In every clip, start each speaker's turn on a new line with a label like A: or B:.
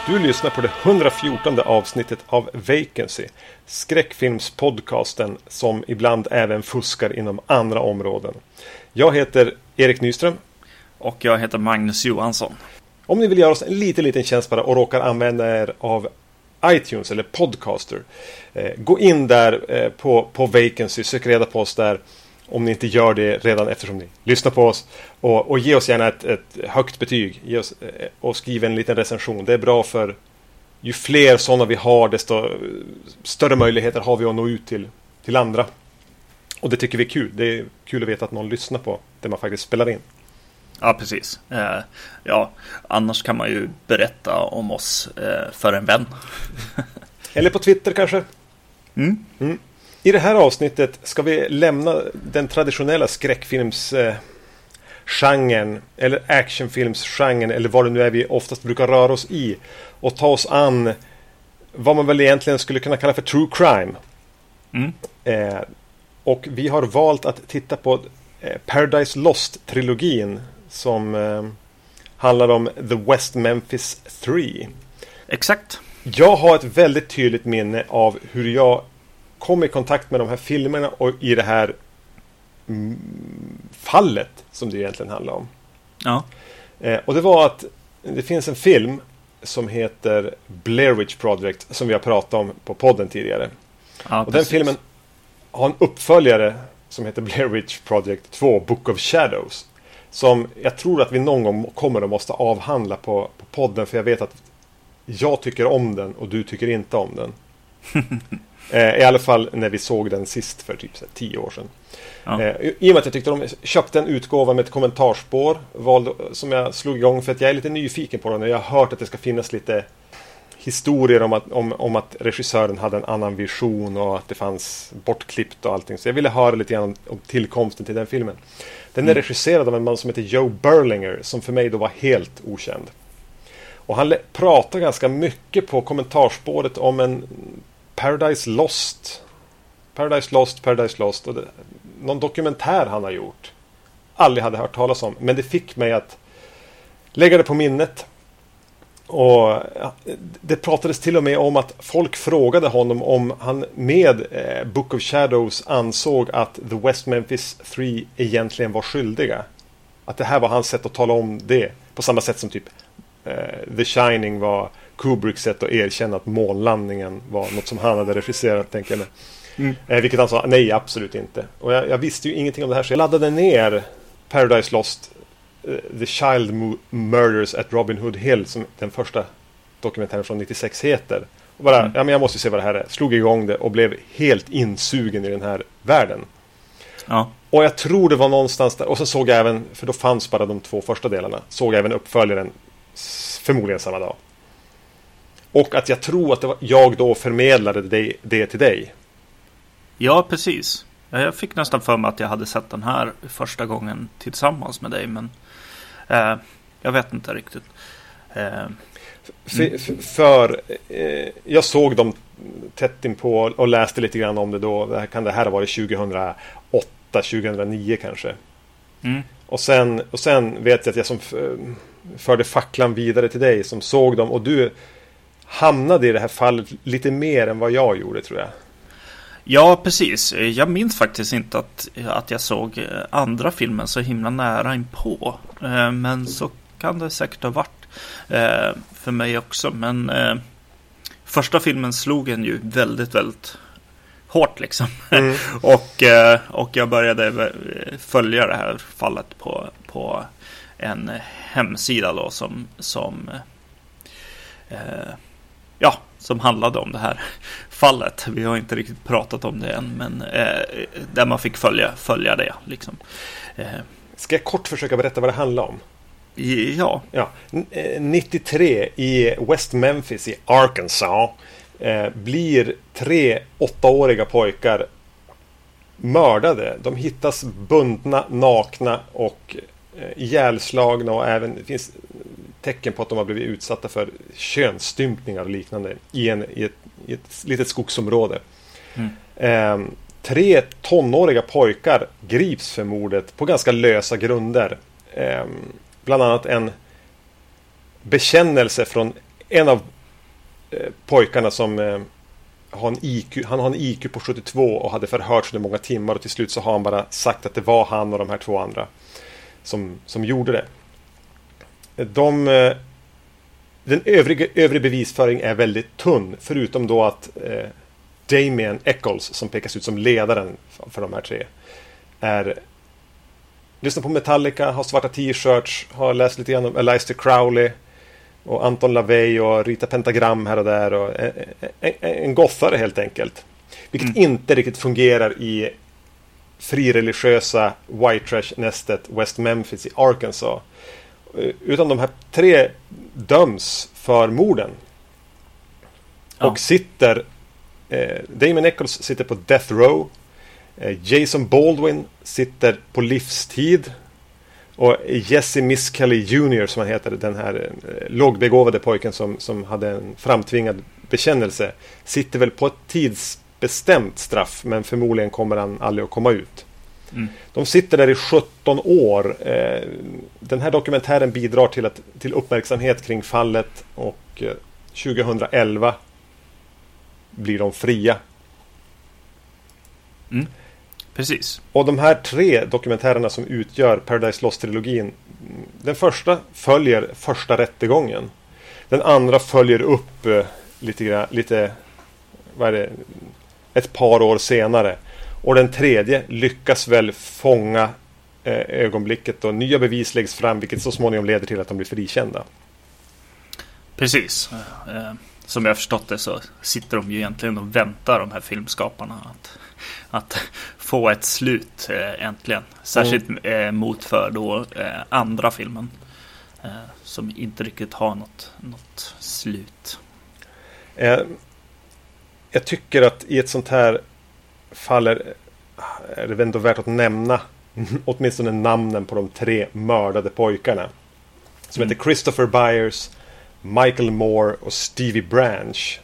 A: Du lyssnar på det 114:e avsnittet av Vacancy, skräckfilmspodcasten som ibland även fuskar inom andra områden. Jag heter Erik Nyström.
B: Och jag heter Magnus Johansson.
A: Om ni vill göra oss en liten tjänst bara och råkar använda er av iTunes eller Podcaster, gå in där på Vacancy, sök reda på oss där om ni inte gör det redan eftersom ni lyssnar på oss, och ge oss gärna ett högt betyg, ge oss, och skriv en liten recension. Det är bra, för ju fler sådana vi har, desto större möjligheter har vi att nå ut till andra, och det tycker vi är kul. Det är kul att veta att någon lyssnar på det man faktiskt spelar in.
B: Ja, precis. Ja, annars kan man ju berätta om oss för en vän.
A: Eller på Twitter kanske. Mm. I det här avsnittet ska vi lämna den traditionella skräckfilmsgenren eller actionfilmsgenren, eller vad det nu är vi oftast brukar röra oss i, och ta oss an vad man väl egentligen skulle kunna kalla för true crime. Och vi har valt att titta på Paradise Lost-trilogin som handlar om The West Memphis 3.
B: Exakt.
A: Jag har ett väldigt tydligt minne av hur jag kom i kontakt med de här filmerna och i det här fallet som det egentligen handlar om.
B: Ja.
A: Och det var att det finns en film som heter Blair Witch Project som vi har pratat om på podden tidigare.
B: Ja,
A: och den filmen har en uppföljare som heter Blair Witch Project 2, Book of Shadows, som jag tror att vi någon gång kommer att måste avhandla på podden, för jag vet att jag tycker om den och du tycker inte om den. I alla fall när vi såg den sist för typ 10 år sedan. Ja. I och med att jag tyckte de köpte en utgåva med ett kommentarspår som jag slog igång, för att jag är lite nyfiken på den, och jag har hört att det ska finnas lite historier om att regissören hade en annan vision och att det fanns bortklippt och allting. Så jag ville höra lite grann om tillkomsten till den filmen. Den är regisserad av en man som heter Joe Berlinger, som för mig då var helt okänd. Och han pratar ganska mycket på kommentarspåret om en Paradise Lost, och någon dokumentär han har gjort. Aldrig hade hört talas om, men det fick mig att lägga det på minnet. Och det pratades till och med om att folk frågade honom om han med Book of Shadows ansåg att The West Memphis 3 egentligen var skyldiga. Att det här var hans sätt att tala om det. På samma sätt som typ The Shining var Kubricks sätt att erkänna att månlandningen var något som han hade regisserat, tänker jag mig. Vilket han sa, nej, absolut inte. Och jag visste ju ingenting om det här, så jag laddade ner Paradise Lost, The Child Murders at Robin Hood Hill, som den första dokumentären från 96 heter. Och bara, ja, men jag måste se vad det här är. Slog igång det och blev helt insugen i den här världen.
B: Ja.
A: Och jag tror det var någonstans där. Och så såg jag även, för då fanns bara de 2 första delarna, såg jag även uppföljaren förmodligen samma dag. Och att jag tror att det var jag då förmedlade det till dig.
B: Ja, precis. Jag fick nästan för mig att jag hade sett den här första gången tillsammans med dig, men jag vet inte riktigt. Jag såg dem tätt inpå och läste lite grann om det då. Det här ha varit 2008, 2009 kanske. Och sen vet jag att jag som förde facklan vidare till dig som såg dem, och du hamnade i det här fallet lite mer än vad jag gjorde, tror jag. Ja, precis. Jag minns faktiskt inte att jag såg andra filmen så himla nära inpå. Men så kan det säkert ha varit för mig också. Men första filmen slog en ju väldigt, väldigt hårt liksom. Och jag började följa det här fallet på en hemsida då som handlade om det här fallet. Vi har inte riktigt pratat om det än, men där man fick följa det liksom.
A: Ska jag kort försöka berätta vad det handlar om?
B: Ja.
A: 93 i West Memphis i Arkansas blir 3 8-åriga pojkar mördade. De hittas bundna, nakna och ihjälslagna, och även det finns tecken på att de har blivit utsatta för könsstympningar och liknande i ett litet skogsområde. 3 tonåriga pojkar grips för mordet på ganska lösa grunder. Bland annat en bekännelse från en av pojkarna som har en IQ, han har en IQ på 72 och hade förhörts under många timmar, och till slut så har han bara sagt att det var han och de här 2 andra som gjorde det. Den övriga bevisföring är väldigt tunn, förutom då att Damien Echols, som pekas ut som ledaren för de här 3, lyssnar på Metallica, har svarta t-shirts, har läst lite grann om Aleister Crowley och Anton LaVey och Rita Pentagram här och där, och en gothare helt enkelt. Vilket inte riktigt fungerar i frireligiösa White Trash-nästet West Memphis i Arkansas. Utan de här 3 döms för morden. Och sitter Damien Echols sitter på death row. Jason Baldwin sitter på livstid. Och Jesse Miskelly Jr., som han heter, den här lågbegåvade pojken som hade en framtvingad bekännelse, sitter väl på ett tidsbestämt straff, men förmodligen kommer han aldrig att komma ut. De sitter där i 17 år. Den här dokumentären bidrar till uppmärksamhet kring fallet, och 2011 blir de fria.
C: Precis.
A: Och de här 3 dokumentärerna som utgör Paradise Lost-trilogin, den första följer första rättegången. Den andra följer upp lite vad är det, ett par år senare. Och den tredje lyckas väl fånga ögonblicket, och nya bevis läggs fram, vilket så småningom leder till att de blir frikända.
C: Precis. Som jag har förstått det så sitter de ju egentligen och väntar, de här filmskaparna, att få ett slut äntligen. Särskilt mot för då andra filmen som inte riktigt har något slut.
A: Jag tycker att i ett sånt här fall är det ändå värt att nämna åtminstone namnen på de 3 mördade pojkarna, som heter Christopher Byers, Michael Moore och Stevie Branch.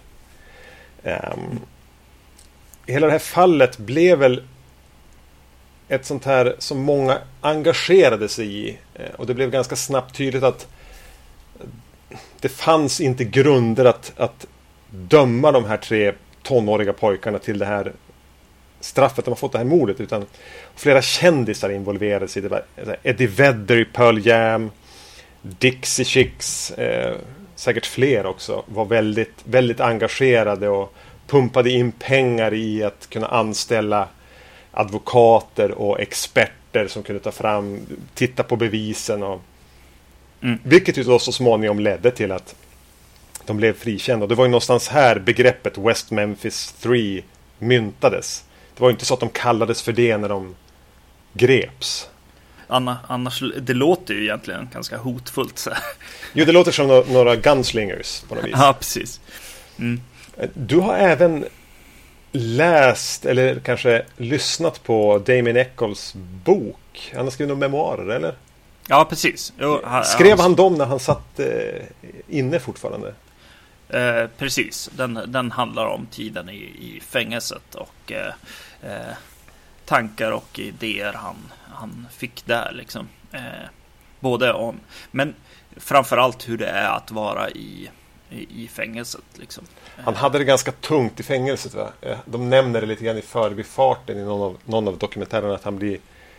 A: Hela det här fallet blev väl ett sånt här som många engagerade sig i, och det blev ganska snabbt tydligt att det fanns inte grunder att döma de här 3 tonåriga pojkarna till det här straffet de har fått, det här mordet, utan flera kändisar involverades i det. Eddie Vedder i Pearl Jam, Dixie Chicks, säkert fler också, var väldigt, väldigt engagerade och pumpade in pengar i att kunna anställa advokater och experter som kunde titta på bevisen, och vilket ju då så småningom ledde till att de blev frikända. Och det var ju någonstans här begreppet West Memphis 3 myntades. Det var ju inte så att de kallades för det när de greps.
C: Annars, det låter ju egentligen ganska hotfullt så.
A: Jo, det låter som några gunslingers på något vis.
C: Ja, precis.
A: Du har även läst eller kanske lyssnat på Damien Echols bok. Han har skrivit några memoarer, eller?
C: Ja, precis.
A: Skrev han dem när han satt inne fortfarande?
C: Precis. Den handlar om tiden i fängelset och tankar och idéer han fick där liksom. Både om, men framförallt hur det är att vara i fängelset liksom.
A: Han hade det ganska tungt i fängelset, va? De nämner det lite grann i förbifarten i någon av dokumentärerna, att han blir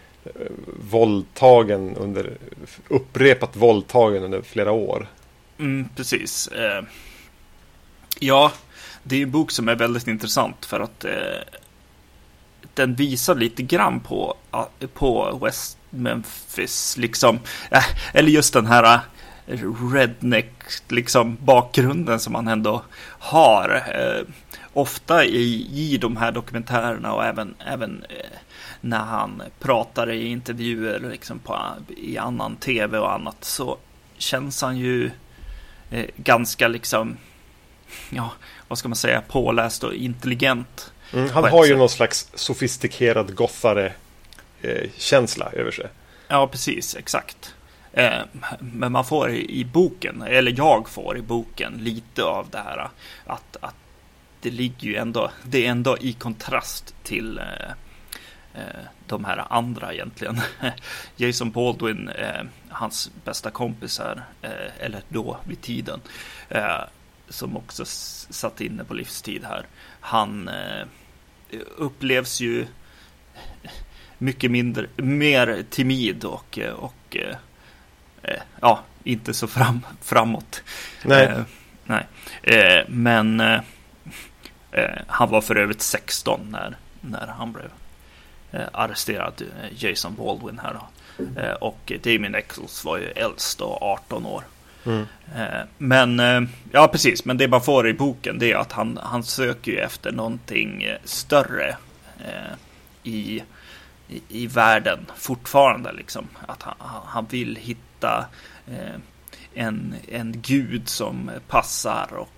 A: upprepat våldtagen under flera år.
C: Precis. Ja, det är en bok som är väldigt intressant för att den visar lite grann på West Memphis liksom, eller just den här redneck liksom bakgrunden som man ändå har ofta i de här dokumentärerna, och även när han pratar i intervjuer liksom i annan tv och annat, så känns han ju ganska liksom, ja, vad ska man säga, påläst och intelligent.
A: Han har ju någon slags sofistikerad gothare känsla över sig.
C: Ja, precis, exakt. Men man får i boken, eller jag får i boken lite av det här att det ligger ju ändå i kontrast till de här andra egentligen. Jason Baldwin, hans bästa kompisar, eller då vid tiden, som också satt inne på livstid här. Han upplevs ju mycket mer timid och inte så framåt.
B: Nej.
C: Nej. Men han var för övrigt 16 när han blev arresterad, Jason Baldwin här då. Och Damien Eccles var ju äldst och 18 år. Men ja, precis. Men det man får i boken, det är att han söker ju efter någonting större i världen fortfarande liksom. Att han vill hitta en gud som passar och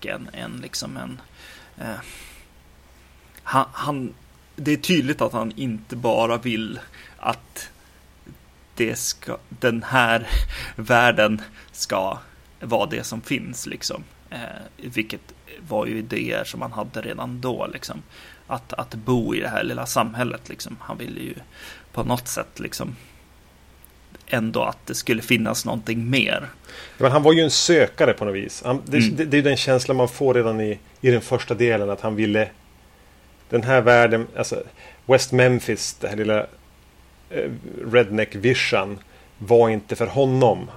C: det är tydligt att han inte bara vill att den här världen ska vara det som finns liksom. Vilket var ju idéer som han hade redan då liksom. Att bo i det här lilla samhället liksom. Han ville ju på något sätt liksom ändå att det skulle finnas någonting mer.
B: Men han var ju en sökare på något vis. Det är den känslan man får redan i den första delen, att han ville den här världen, alltså West Memphis, det här lilla redneck vision var inte för honom.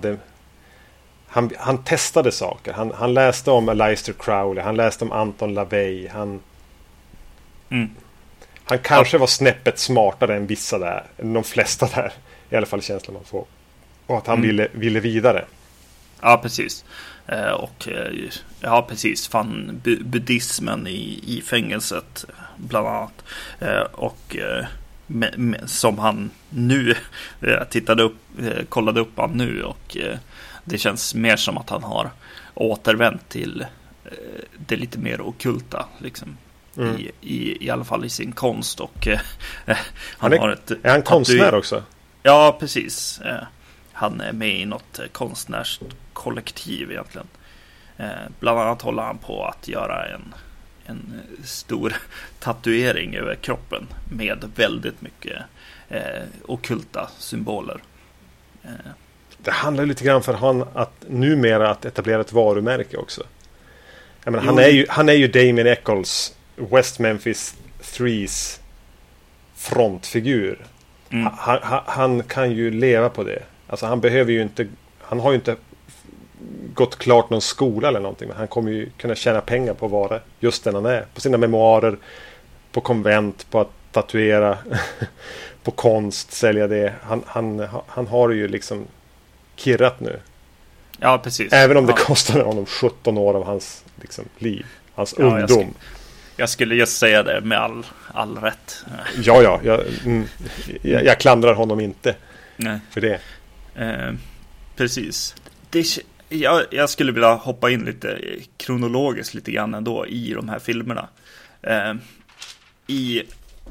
B: Han testade saker. Han läste om Aleister Crowley, han läste om Anton LaVey. Han kanske var snäppet smartare än vissa där, de flesta där. I alla fall känslan man får. Och att han ville vidare.
C: Ja, precis. Precis. Fann buddhismen i fängelset bland annat. Som han nu kollade upp han nu, och det känns mer som att han har återvänt till det lite mer ockulta liksom. I alla fall i sin konst, och
B: är han konstnär också?
C: Ja, precis. Han är med i något konstnärskollektiv egentligen. Bland annat håller han på att göra en stor tatuering över kroppen med väldigt mycket ockulta symboler.
B: Det handlar lite grann för han att etablera ett varumärke också. Jag menar, han är ju Damien Eccles, West Memphis Threes frontfigur. Han kan ju leva på det. Alltså han har ju inte gått klart någon skola eller någonting, men han kommer ju kunna tjäna pengar på att vara just den han är. På sina memoarer, på konvent, på att tatuera, på konst, sälja det. Han har ju liksom kirrat nu.
C: Ja, precis.
B: Även om det kostade honom 17 år av hans liksom, liv, hans ungdom.
C: Jag skulle just säga det med all rätt.
B: Jag klandrar honom inte.
C: Nej.
B: För det.
C: Precis. Jag skulle vilja hoppa in lite kronologiskt lite grann ändå i de här filmerna. I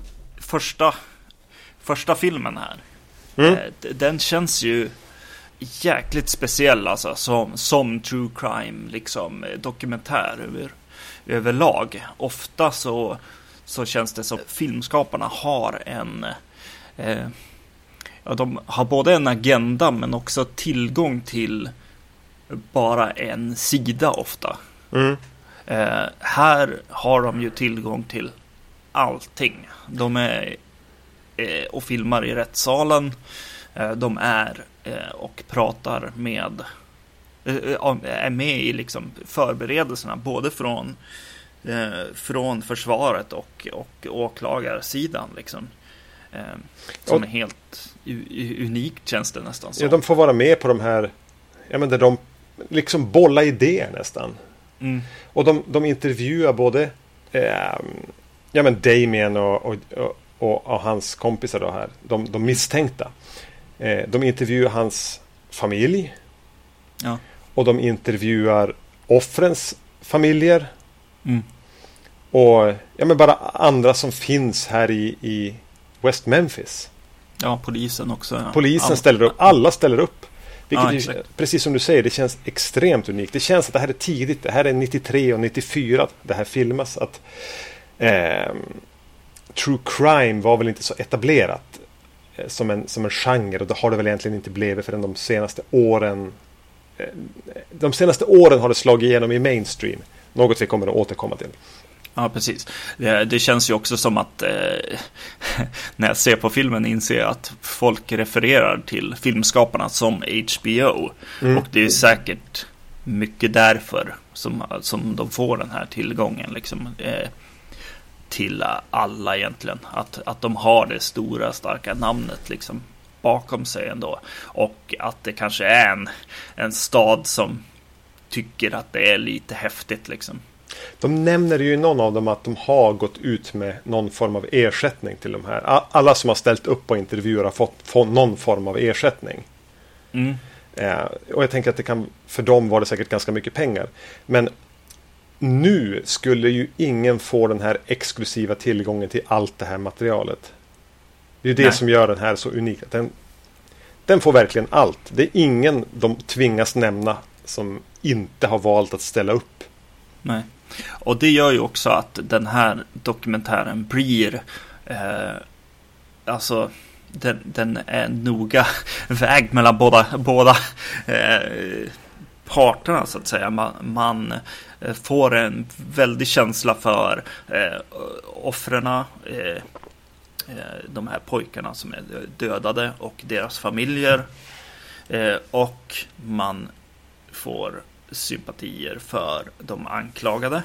C: första filmen här, den känns ju jäkligt speciell alltså, som true crime liksom, dokumentär överlag. Ofta så känns det som filmskaparna har de har både en agenda men också tillgång till bara en sida ofta. Här har de ju tillgång till allting. De är och filmar i rättssalen. De är och pratar är med i liksom förberedelserna både från försvaret och åklagarsidan liksom. Som är helt unikt, känns det nästan så.
B: Ja, de får vara med på de här, där de liksom bollar idéer nästan. Och de intervjuar både Damien och hans kompisar då här, de misstänkta. De intervjuar hans familj.
C: Ja.
B: Och de intervjuar offrens familjer. Och bara andra som finns här i West Memphis.
C: Ja, polisen också. Ja.
B: Polisen ställer upp. Alla ställer upp. Vilket precis som du säger, det känns extremt unikt. Det känns att det här är tidigt. Det här är 93 och 94 det här filmas. Att true crime var väl inte så etablerat som en genre. Och det har det väl egentligen inte blivit förrän de senaste åren de senaste åren har det slagit igenom i mainstream. Något vi kommer att återkomma till.
C: Ja, precis. Det känns ju också som att när jag ser på filmen inser jag att folk refererar till filmskaparna som HBO. Och det är säkert mycket därför som de får den här tillgången liksom, till alla egentligen. Att de har det stora, starka namnet liksom bakom sig ändå. Och att det kanske är en stad som tycker att det är lite häftigt liksom.
B: De nämner ju i någon av dem att de har gått ut med någon form av ersättning till de här. Alla som har ställt upp på intervjuer har fått någon form av ersättning. Och jag tänker att det kan, för dem var det säkert ganska mycket pengar. Men nu skulle ju ingen få den här exklusiva tillgången till allt det här materialet. Det är ju det som gör den här så unik. Den får verkligen allt. Det är ingen de tvingas nämna som inte har valt att ställa upp.
C: Nej. Och det gör ju också att den här dokumentären blir alltså den är noga vägd mellan båda parterna så att säga. Man får en väldig känsla för offrena, de här pojkarna som är dödade och deras familjer, och man får sympatier för de anklagade.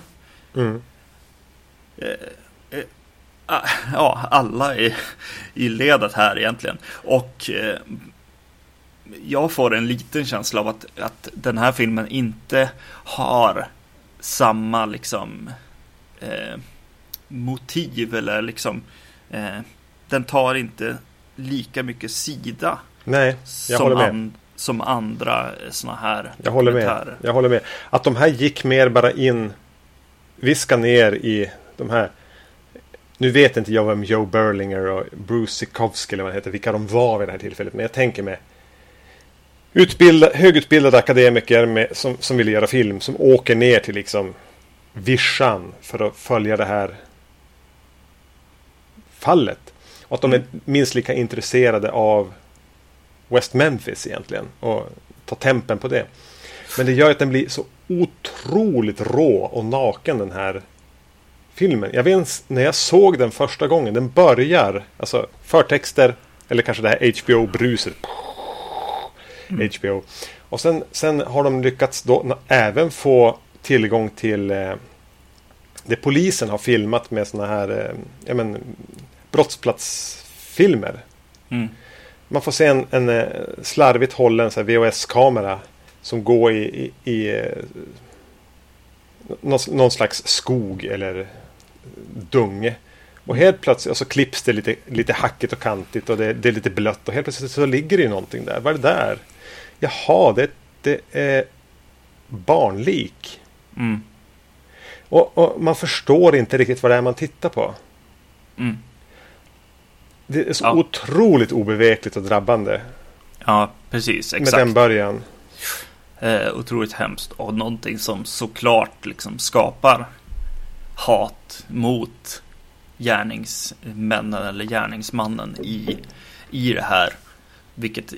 C: Ja, alla är i ledet här egentligen. Och jag får en liten känsla av att den här filmen inte har samma liksom motiv eller liksom den tar inte lika mycket sida.
B: Nej, jag håller med.
C: Som andra såna här
B: jag håller med. Att de här gick mer bara in, viska ner i de här. Nu vet inte jag vem Joe Berlinger och Bruce Sikowski eller vad det heter, vilka de var vid det här tillfället, men jag tänker mig högutbildade akademiker som vill göra film, som åker ner till liksom Vischan för att följa det här fallet. Och att de är minst lika intresserade av West Memphis egentligen och ta tempen på det. Men det gör att den blir så otroligt rå och naken, den här filmen. Jag vet när jag såg den första gången, den börjar, alltså förtexter eller kanske det här HBO-bruset. HBO. Och sen har de lyckats då även få tillgång till det polisen har filmat med såna här brottsplatsfilmer. Man får se en slarvigt hållen så här VHS-kamera som går i någon slags skog eller dunge. Och helt plötsligt så klipps det lite hackigt och kantigt och det är lite blött och helt plötsligt så ligger det ju någonting där. Vad är det där? Jaha, det är barnlik. Och man förstår inte riktigt vad det är man tittar på. Det är så otroligt obevekligt och drabbande.
C: Ja, precis. Exakt.
B: Med den början.
C: Otroligt hemskt. Och någonting som såklart liksom skapar hat mot gärningsmännen eller gärningsmannen i det här. Vilket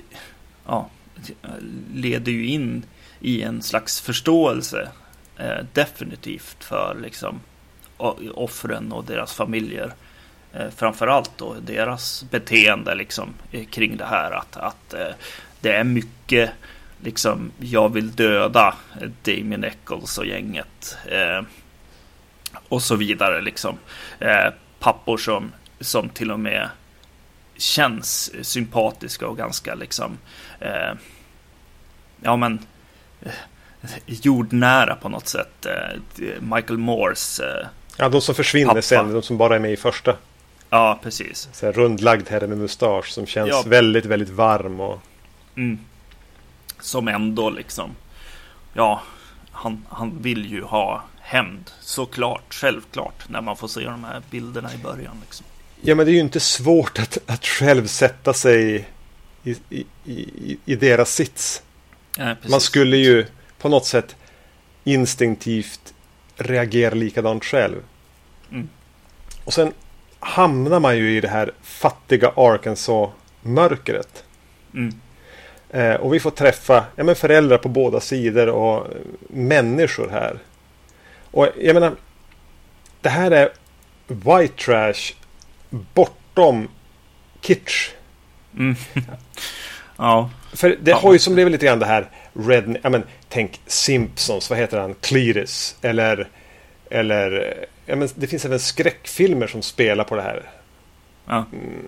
C: leder ju in i en slags förståelse definitivt för liksom offren och deras familjer. Framförallt då deras beteende liksom kring det här att det är mycket liksom jag vill döda Damien Eccles och gänget och så vidare liksom pappor som till och med känns sympatiska och ganska liksom jordnära på något sätt. Michael Moores
B: de som försvinner pappa. Sen, de som bara är med i första.
C: Ja, precis.
B: Så här rundlagd herre med mustasch som känns väldigt, väldigt varm och
C: som ändå liksom han vill ju ha hämnd, såklart, självklart, när man får se de här bilderna i början liksom.
B: Ja, men det är ju inte svårt att själv sätta sig i deras sits. Man skulle ju på något sätt instinktivt reagera likadant själv. Och sen hamnar man ju i det här fattiga Arkansas-mörkret.
A: Och vi får träffa föräldrar på båda sidor och människor här. Och jag menar, det här är white trash bortom kitsch.
C: Ja.
A: För det har ju som det är lite grann det här tänk Simpsons, vad heter han? Cletus. Eller det finns även skräckfilmer som spelar på det här.
C: Ja.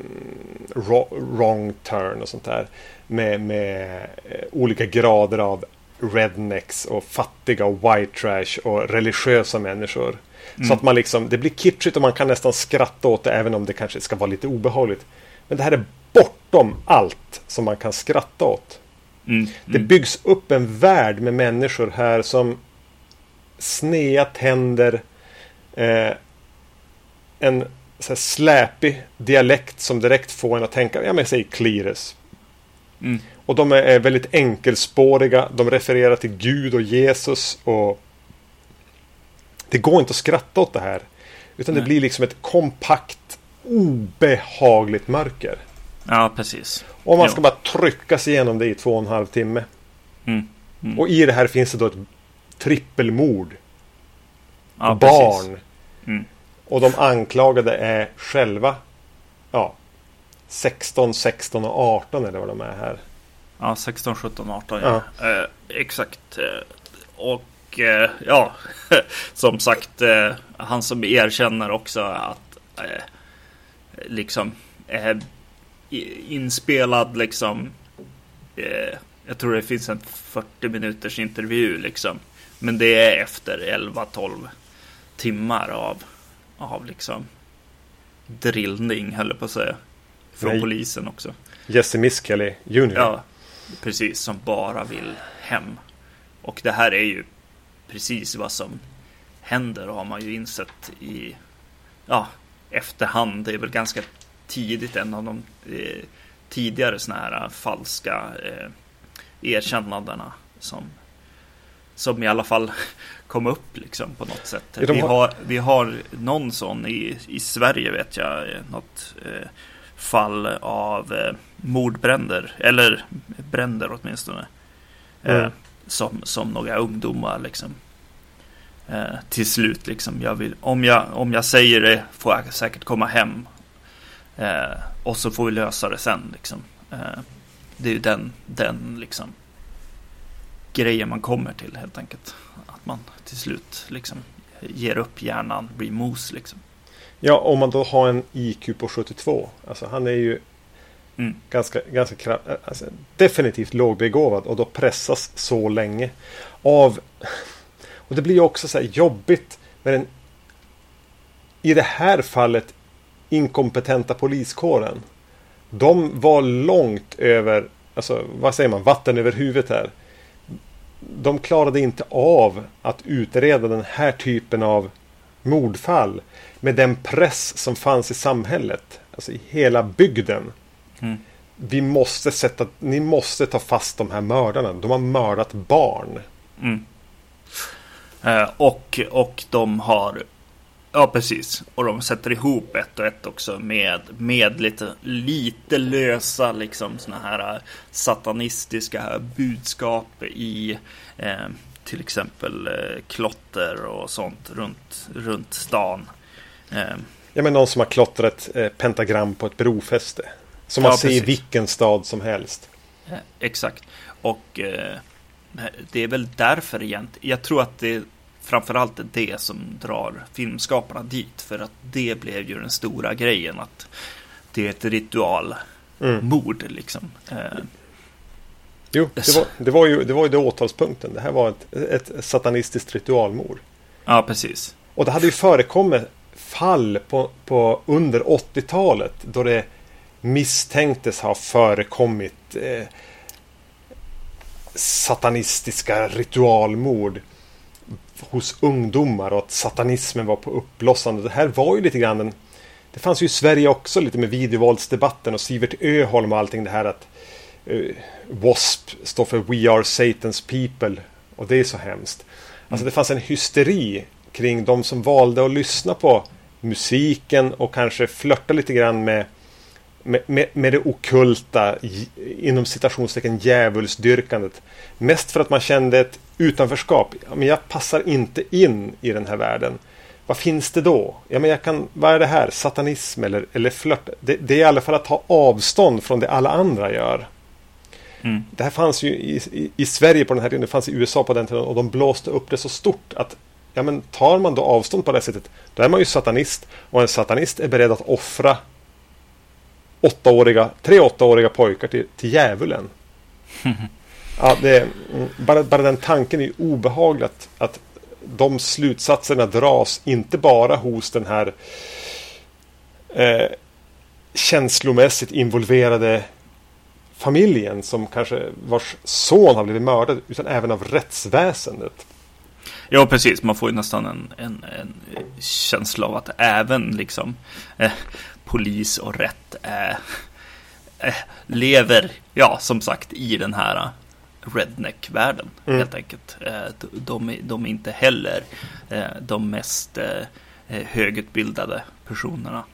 A: Wrong turn och sånt där. Med olika grader av rednecks och fattiga och white trash och religiösa människor. Så att man liksom, det blir kitschigt och man kan nästan skratta åt det även om det kanske ska vara lite obehagligt. Men det här är bortom allt som man kan skratta åt. Det byggs upp en värld med människor här som snea tänder, en så här släpig dialekt som direkt får en att tänka, jag säger Cletus. Och de är väldigt enkelspåriga, de refererar till Gud och Jesus, och det går inte att skratta åt det här, utan det blir liksom ett kompakt, obehagligt mörker.
C: Ja, precis.
A: Och man ska bara trycka sig igenom det i 2,5 timme. Och i det här finns det då ett trippelmord.
C: Ja,
A: barn. Och de anklagade är själva 16 och 18 eller vad de är här.
C: Ja, 16, 17, 18
A: ja.
C: Exakt. Och som sagt, han som erkänner också att liksom inspelad liksom, jag tror det finns en 40 minuters intervju liksom, men det är efter 11-12 timmar av liksom drillning, höll på att säga, från polisen också.
A: Jesse Miskelly Jr.
C: Ja, precis, som bara vill hem. Och det här är ju precis vad som händer, har man ju insett i efterhand. Det är väl ganska tidigt, en av de tidigare såna här falska erkännandena som i alla fall kom upp liksom på något sätt. Vi har någon sån i Sverige, vet jag, något fall av mordbränder, eller bränder åtminstone, som några ungdomar liksom till slut liksom, om jag säger det får jag säkert komma hem, och så får vi lösa det sen liksom. Det är ju den liksom grejen man kommer till, helt enkelt, att man till slut liksom ger upp, hjärnan blir mos liksom.
A: Ja, om man då har en IQ på 72, alltså han är ju ganska alltså, definitivt lågbegåvad, och då pressas så länge av, och det blir ju också så här jobbigt med den, i det här fallet, inkompetenta poliskåren. De var långt över, alltså vad säger man, vatten över huvudet här. De klarade inte av att utreda den här typen av mordfall med den press som fanns i samhället, alltså i hela bygden. Ni måste ta fast de här mördarna. De har mördat barn.
C: Och de har, ja precis, och de sätter ihop ett och ett också med lite lösa liksom såna här satanistiska budskap i till exempel klotter och sånt runt stan.
A: Ja, men någon som har klottrat pentagram på ett brofäste, som man ser i vilken stad som helst.
C: Exakt. Och det är väl därför egentligen, jag tror att det framförallt är det som drar filmskaparna dit, för att det blev ju den stora grejen, att det är ett ritualmord liksom.
A: Jo, det var ju det åtalspunkten. Det här var ett satanistiskt ritualmord.
C: Ja, precis.
A: Och det hade ju förekommit fall på under 80-talet då det misstänktes ha förekommit satanistiska ritualmord hos ungdomar, och att satanismen var på uppblossande. Det här var ju lite grann det fanns ju i Sverige också lite med videovåldsdebatten och Sivert Öholm och allting, det här att WASP står för We Are Satan's People, och det är så hemskt. Alltså det fanns en hysteri kring de som valde att lyssna på musiken och kanske flörta lite grann med med det okulta, inom citationstecken djävulsdyrkandet. Mest för att man kände ett utanförskap. Ja, men jag passar inte in i den här världen. Vad finns det då? Ja, men vad är det här? Satanism eller flört? Det är i alla fall att ta avstånd från det alla andra gör.
C: Mm.
A: Det här fanns ju i Sverige på den här tiden, det fanns i USA på den tiden, och de blåste upp det så stort att ja, men tar man då avstånd på det sättet, då är man ju satanist, och en satanist är beredd att offra 3-8-åriga pojkar till djävulen. Ja, bara den tanken är ju obehaglig, att de slutsatserna dras inte bara hos den här känslomässigt involverade familjen som kanske vars son har blivit mördad, utan även av rättsväsendet.
C: Ja, precis. Man får ju nästan en känsla av att även liksom polis och rätt lever, ja, som sagt, i den här redneck-världen, helt enkelt. De är inte heller de mest högutbildade personerna.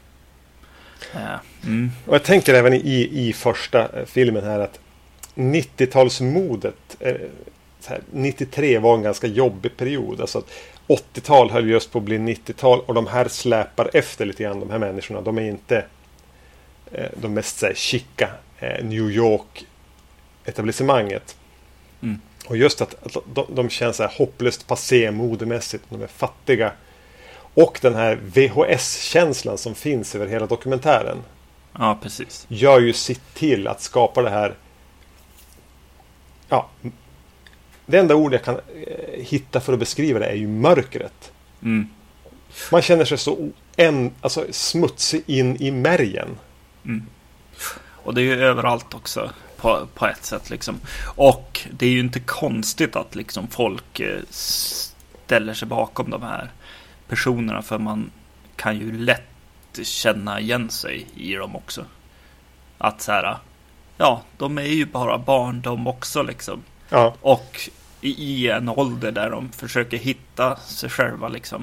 A: Och jag tänker även i första filmen här att 90-talsmodet 93 var en ganska jobbig period. Alltså 80-tal höll just på att bli 90-tal, och de här släpar efter lite grann, de här människorna. De är inte de mest så här chica New York etablissemanget. Och just att de känns så här hopplöst passé modemässigt, de är fattiga. Och den här VHS-känslan som finns över hela dokumentären.
C: Ja, precis.
A: Gör ju sitt till att skapa det här. Ja, det enda ord jag kan hitta för att beskriva det är ju mörkret. Man känner sig så smutsig in i märgen.
C: Och det är ju överallt också på ett sätt liksom. Och det är ju inte konstigt att liksom folk ställer sig bakom de här personerna, för man kan ju lätt känna igen sig i dem också. Att så här, ja, de är ju bara barn de också liksom.
A: Ja.
C: Och i en ålder där de försöker hitta sig själva liksom.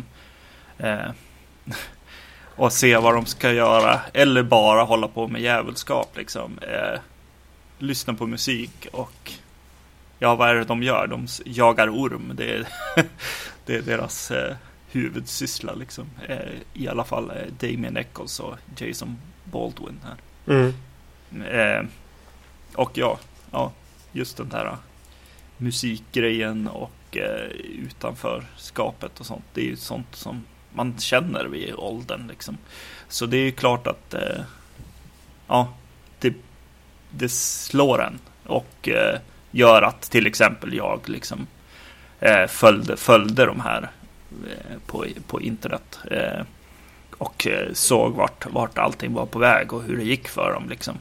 C: Och se vad de ska göra, eller bara hålla på med djävulskap liksom. Lyssna på musik och ja, vad är det de gör? De jagar orm. Det är deras huvudsyssla liksom. I alla fall Damien Eccles och Jason Baldwin här. Och ja, just den där musikgrejen och utanför skapet och sånt. Det är ju sånt som man känner vid åldern liksom. Så det är ju klart att det slår en och gör att till exempel jag liksom följde de här på internet och såg vart allting var på väg och hur det gick för dem liksom.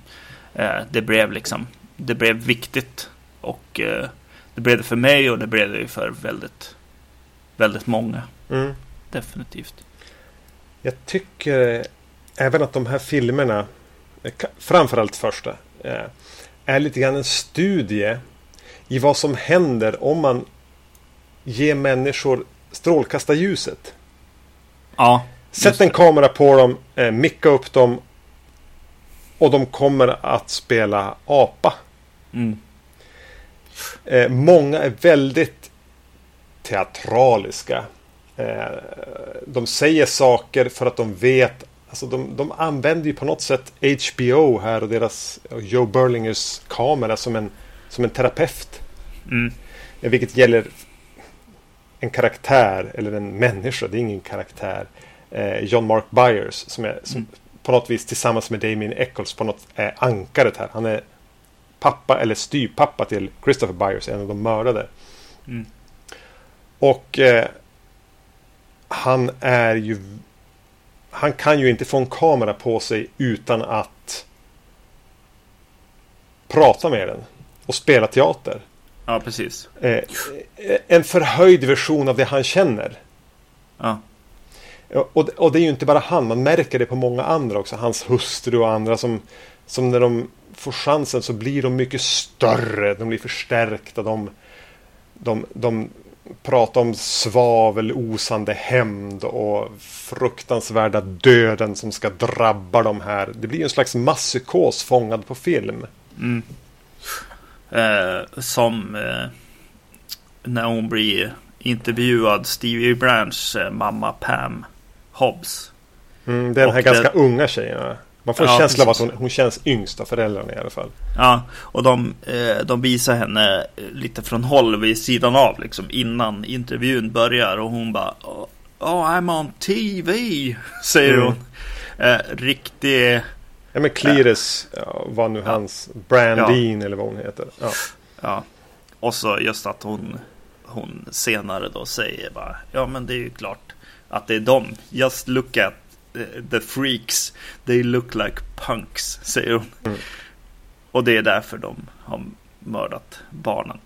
C: Det blev viktigt, och det blev det för mig, och det blev det för väldigt, väldigt många. Definitivt.
A: Jag tycker även att de här filmerna, framförallt första, är lite grann en studie i vad som händer om man ger människor strålkastarljuset.
C: Ja.
A: Sätt en kamera på dem, micka upp dem, och de kommer att spela apa. Många är väldigt teatraliska. De säger saker för att de vet. Alltså de använder ju på något sätt HBO här och deras Joe Berlingers kamera som en terapeut. Vilket gäller en karaktär eller en människa. Det är ingen karaktär. John Mark Byers som på något vis tillsammans med Damien Eccles på något är ankaret här. Han är pappa eller styvpappa till Christopher Byers, en av de mördade. Och han kan ju inte få en kamera på sig utan att prata med den och spela teater.
C: Ja, precis.
A: En förhöjd version av det han känner.
C: Ja.
A: Och det är ju inte bara han, man märker det på många andra också. Hans hustru och andra som när de får chansen så blir de mycket större. De blir förstärkta. De prata om svavelosande hämnd och fruktansvärda döden som ska drabba de här. Det blir en slags masspsykos fångad på film.
C: När hon blir intervjuad, Stevie Branch mamma Pam Hobbs.
A: Den här ganska unga tjejen. Man får en känsla av att hon känns yngst av föräldrarna i alla fall.
C: Ja, och de visar henne lite från håll vid sidan av liksom, innan intervjun börjar. Och hon bara, I'm on TV, säger hon. Riktig...
A: Ja, men Cletus var nu hans Brandine eller vad hon heter.
C: Ja. Och så just att hon senare då säger bara, ja men det är ju klart att det är dem. Just look at the freaks, they look like punks, säger hon. Och det är därför de har mördat barnen.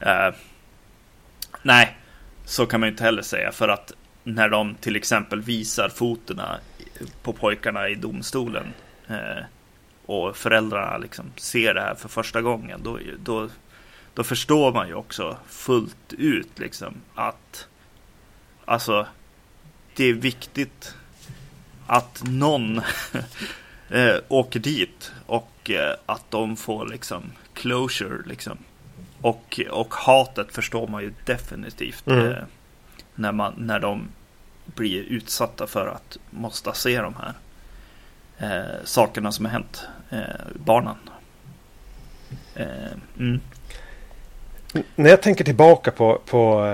C: Nej, så kan man ju inte heller säga, för att när de till exempel visar fotorna på pojkarna i domstolen och föräldrarna liksom ser det här för första gången, då förstår man ju också fullt ut liksom att alltså det är viktigt att någon åker dit och att de får liksom closure liksom. Och hatet förstår man ju definitivt när de blir utsatta för att måste se de här sakerna som har hänt barnen.
A: När jag tänker tillbaka på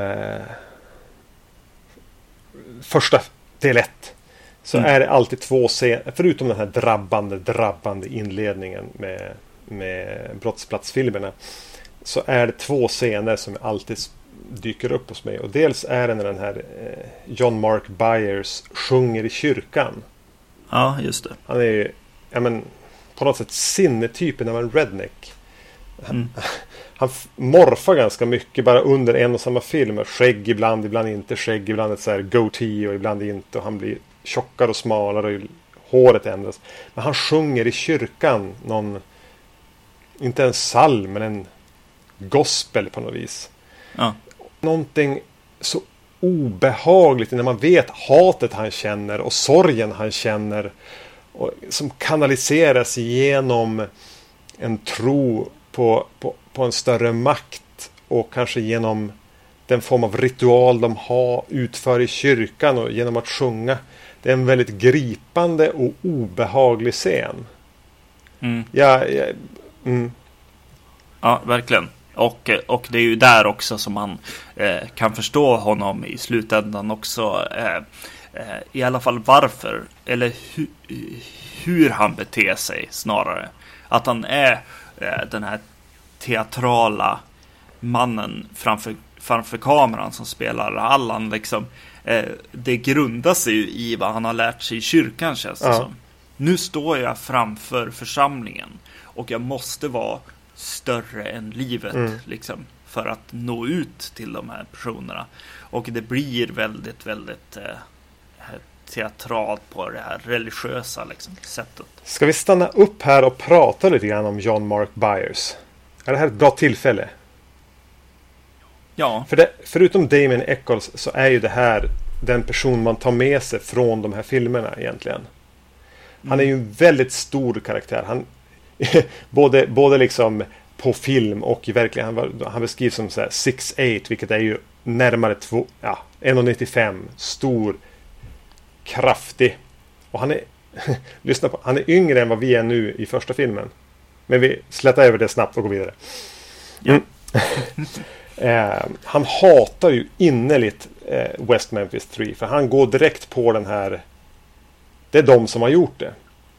A: första del 1 så är det alltid två scener, förutom den här drabbande inledningen med brottsplatsfilmerna, så är det två scener som alltid dyker upp hos mig. Och dels är det när den här John Mark Byers sjunger i kyrkan.
C: Ja, just det.
A: Han är ju på något sätt sinnetypen av en redneck. Han morfar ganska mycket bara under en och samma film. Skägg ibland inte skägg, ibland ett så här goatee och ibland inte. Och han blir tjockare och smalare och håret ändras. Men han sjunger i kyrkan inte en psalm men en gospel på något vis.
C: Ja.
A: Någonting så obehagligt när man vet hatet han känner och sorgen han känner och som kanaliseras genom en tro på en större makt och kanske genom den form av ritual de utför i kyrkan och genom att sjunga. Det är en väldigt gripande och obehaglig scen. Ja,
C: verkligen. Och det är ju där också som man kan förstå honom i slutändan också. I alla fall varför. Eller hur han beter sig snarare. Att han är den här teatrala mannen framför kameran som spelar Allan liksom. Det grundar sig ju i vad han har lärt sig i kyrkan, känns det som. Nu står jag framför församlingen och jag måste vara större än livet liksom, för att nå ut till de här personerna. Och det blir väldigt, väldigt teatralt på det här religiösa liksom, sättet.
A: Ska vi stanna upp här och prata lite grann om John Mark Byers? Är det här ett bra tillfälle?
C: Ja.
A: Förutom Damien Eccles så är ju det här den person man tar med sig från de här filmerna egentligen. Han är ju en väldigt stor karaktär. Han både liksom på film och i verkligheten. Han beskrivs som så här 6'8", vilket är ju närmare 1,95, stor, kraftig. Och han är lyssna på, han är yngre än vad vi är nu i första filmen. Men vi slätar över det snabbt och går vidare. Han hatar ju innerligt West Memphis 3, för han går direkt på den här, det är de som har gjort det.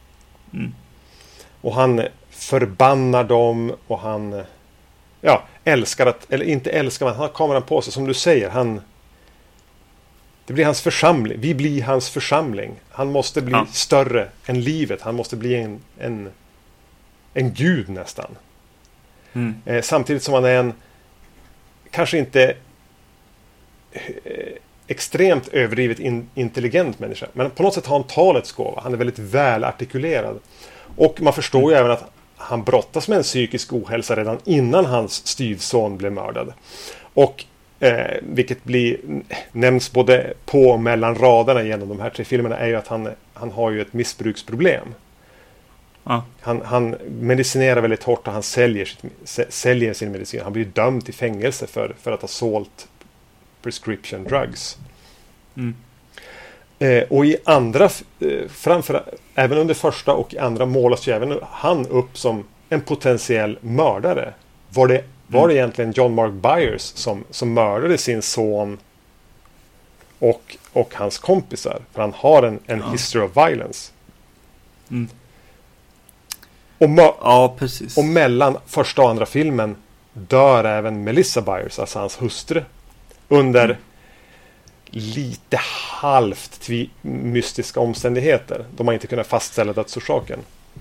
A: Och han förbannar dem och han älskar eller inte älskar, men han har kameran på sig, som du säger, det blir hans församling. Vi blir hans församling. Han måste bli större än livet. Han måste bli en gud nästan. Samtidigt som han är kanske inte extremt överdrivet intelligent människa, men på något sätt har han talets gåva. Han är väldigt välartikulerad. Och man förstår ju även att han brottas med en psykisk ohälsa redan innan hans styvson blev mördad. Och
B: vilket nämns både på och mellan raderna genom de här 3 filmerna, är ju att han har ju ett missbruksproblem. Han medicinerar väldigt hårt och han säljer sin medicin. Han blir dömd till fängelse för att ha sålt prescription drugs. Och i andra även under första och andra målas ju även han upp som en potentiell mördare. Var det egentligen John Mark Byers som mördade sin son och hans kompisar? För han har en history of violence.
C: Precis.
B: Och mellan första och andra filmen dör även Melissa Byers, alltså hans hustru, under lite halvt mystiska omständigheter. De har inte kunnat fastställa dödsorsaken.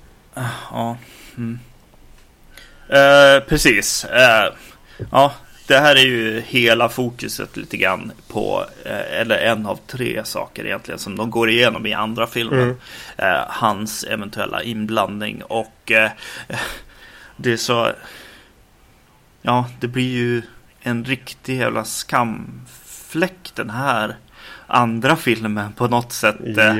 C: Precis. Det här är ju hela fokuset lite grann på, eller en av 3 saker egentligen som de går igenom i andra filmen. Hans eventuella inblandning, och det är så, det blir ju en riktig jävla skamfläck den här andra filmen på något sätt.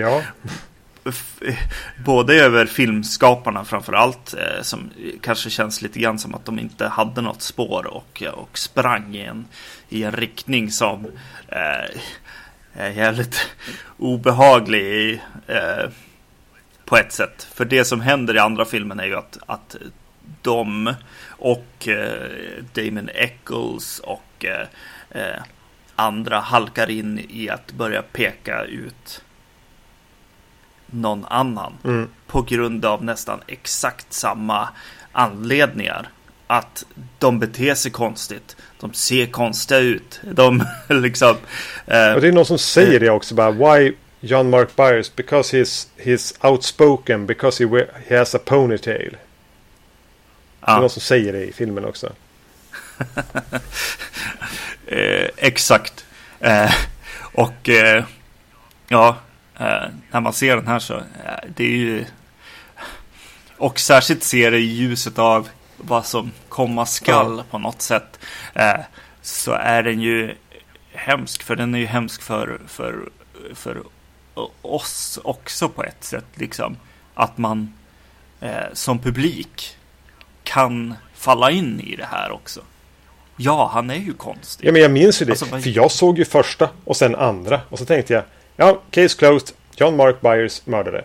C: Både över filmskaparna framförallt, som kanske känns lite grann som att de inte hade något spår och sprang i en riktning som är jävligt obehaglig på ett sätt. För det som händer i andra filmen är ju att de och Damon Eccles och andra halkar in i att börja peka ut någon annan på grund av nästan exakt samma anledningar. Att de beter sig konstigt, de ser konstiga ut, de liksom
B: och det är någon som säger det också, bara why John Mark Byers, because he's outspoken, because he has a ponytail. Det är någon som säger det i filmen också.
C: Exakt. När man ser den här så det är ju, och särskilt ser det i ljuset av vad som komma skall på något sätt, så är den ju hemsk, för den är ju hemsk för oss också på ett sätt, liksom att man som publik kan falla in i det här också. Ja, han är ju konstig.
B: Ja, men jag minns ju det, för jag såg ju första och sen andra, och så tänkte jag, case closed, John Mark Byers mördare.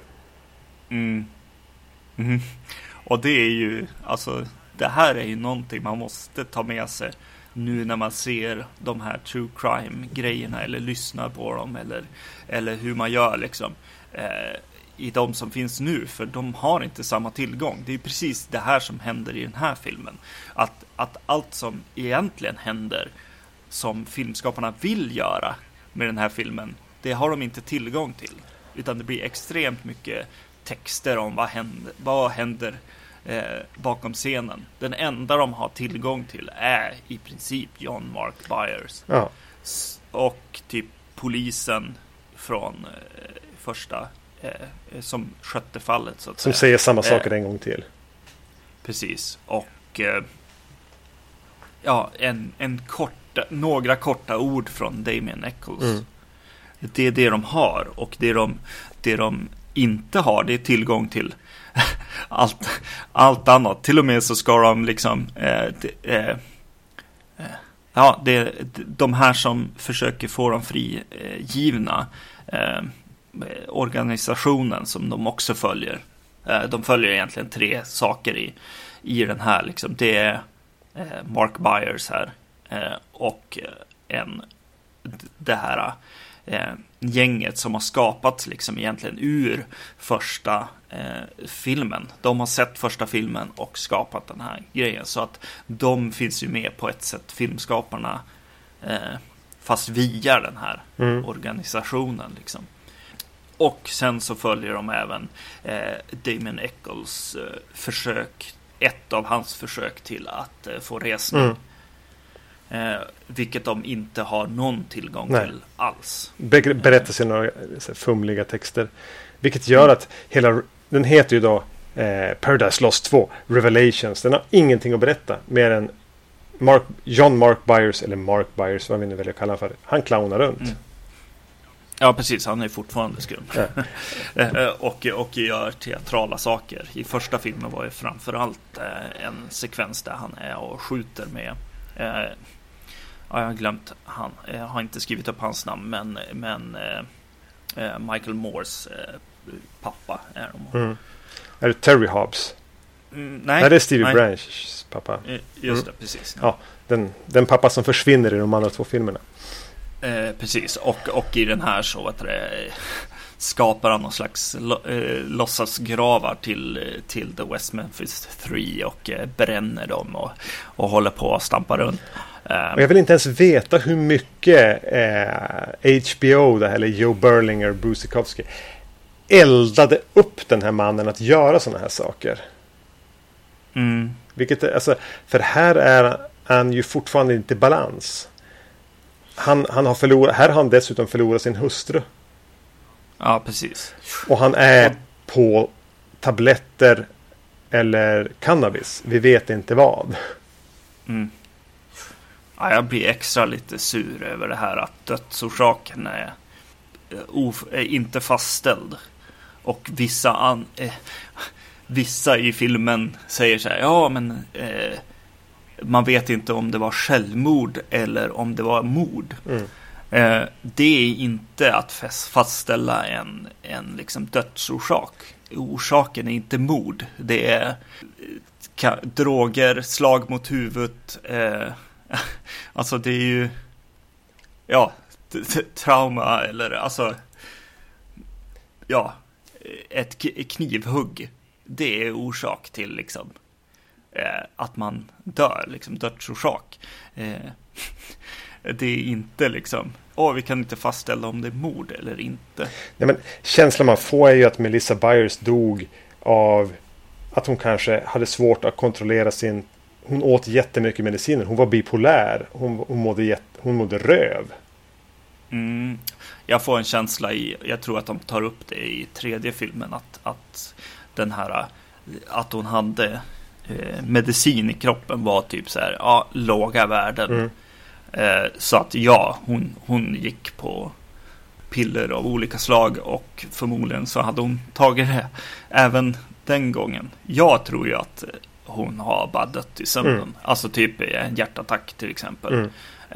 C: Och det är ju, alltså, det här är ju någonting man måste ta med sig nu när man ser de här true crime-grejerna, eller lyssnar på dem, eller hur man gör liksom i de som finns nu, för de har inte samma tillgång. Det är precis det här som händer i den här filmen, att allt som egentligen händer som filmskaparna vill göra med den här filmen, det har de inte tillgång till, utan det blir extremt mycket texter om vad händer bakom scenen. Den enda de har tillgång till är i princip John Mark Byers och typ polisen från första som skötte fallet, så att
B: som säger samma saker en gång till.
C: Precis. Och några korta ord från Damon Eccles. Det är det de har, och det de inte har, det är tillgång till allt annat. Till och med så ska de liksom det är de här som försöker få dem frigivna, organisationen som de också följer. De följer egentligen 3 saker i den här liksom. Det är Mark Byers här, och det här gänget som har skapats liksom egentligen ur första filmen. De har sett första filmen och skapat den här grejen, så att de finns ju med på ett sätt, filmskaparna, fast via den här organisationen liksom. Och sen så följer de även Damon Eccles försök, ett av hans försök till att få resning. Vilket de inte har någon tillgång till alls.
B: Berättelser, några fumliga texter. Vilket gör att den heter ju då Paradise Lost 2 Revelations. Den har ingenting att berätta mer än
A: John Mark Byers, eller Mark Byers, vad vi nu väljer att kalla honom för, han clownar runt.
C: Ja, precis. Han är fortfarande skum. Ja. och gör teatrala saker. I första filmen var det framförallt en sekvens där han är och skjuter med... jag har glömt. Jag har inte skrivit upp hans namn, men Michael Moores pappa är de.
A: Är det Terry Hobbs?
C: Nej,
A: det är Stevie Branchs pappa.
C: Just det, precis.
A: Ja, den pappa som försvinner i de andra 2 filmerna.
C: Precis, och i den här så skapar han någon slags låtsasgravar till The West Memphis 3 och bränner dem och håller på att stampa runt.
A: Och jag vill inte ens veta hur mycket HBO, eller Joe Berlinger, Bruce Sikowski, eldade upp den här mannen att göra såna här saker. Vilket, alltså, för här är han ju fortfarande inte i balans. Han har förlorat, här har han dessutom förlorat sin hustru.
C: Ja, precis.
A: Och han är på tabletter eller cannabis. Vi vet inte vad.
C: Ja, jag blir extra lite sur över det här att dödsorsaken är inte fastställd. Och vissa i filmen säger så här, ja men man vet inte om det var självmord eller om det var mord. Det är inte att fastställa en liksom dödsorsak. Orsaken är inte mord. Det är droger, slag mot huvudet. Alltså det är ju trauma eller alltså ett knivhugg. Det är orsak till liksom att man dör, liksom dödsorsak. Det är inte liksom vi kan inte fastställa om det är mord eller inte.
A: Nej, men känslan man får är ju att Melissa Byers dog av att hon kanske hade svårt att kontrollera hon åt jättemycket mediciner. Hon var bipolär. Hon mådde röv.
C: Jag får en känsla jag tror att de tar upp det i 3:e filmen att den här att hon hade medicin i kroppen var typ så här låga värden. Så att hon gick på piller av olika slag och förmodligen så hade hon tagit det även den gången. Jag tror ju att hon har bara dött i sömnen. Alltså typ en hjärtattack till exempel.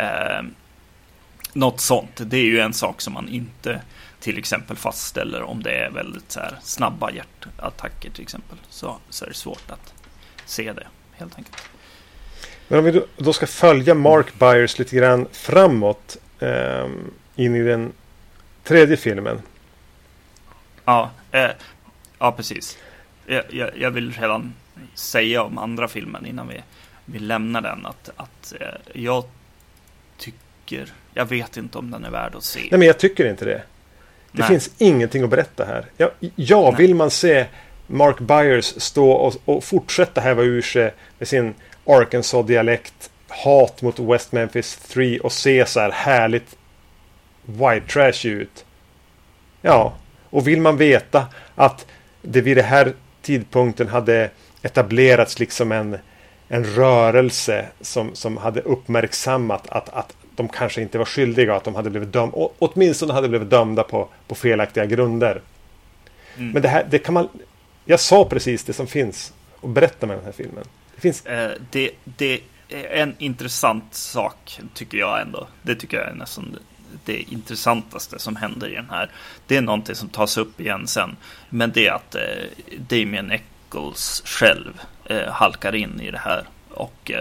C: Något sånt. Det är ju en sak som man inte till exempel fastställer om det är väldigt så här snabba hjärtattacker till exempel. Så är det svårt att se det helt enkelt.
A: Men om vi då ska följa Mark Byers lite grann framåt in i den 3:e filmen.
C: Ja, precis. Jag vill redan säga om andra filmen innan vi lämnar den att jag tycker, jag vet inte om den är värd att se.
A: Nej, men jag tycker inte det. Det finns ingenting att berätta här. Vill man se Mark Byers stå och fortsätta häva ur sig med sin Arkansas-dialekt, hat mot West Memphis 3 och se så här härligt white trash ut. Ja, och vill man veta att det vid det här tidpunkten hade etablerats liksom en rörelse som hade uppmärksammat att de kanske inte var skyldiga, att de hade blivit dömda, åtminstone hade blivit dömda på felaktiga grunder. Men det kan man, jag sa precis det som finns och berätta med den här filmen. Det finns
C: det är en intressant sak tycker jag ändå. Det tycker jag är nästan det intressantaste som händer i den här. Det är någonting som tas upp igen sen, men det är att Damien Eccles själv halkar in i det här och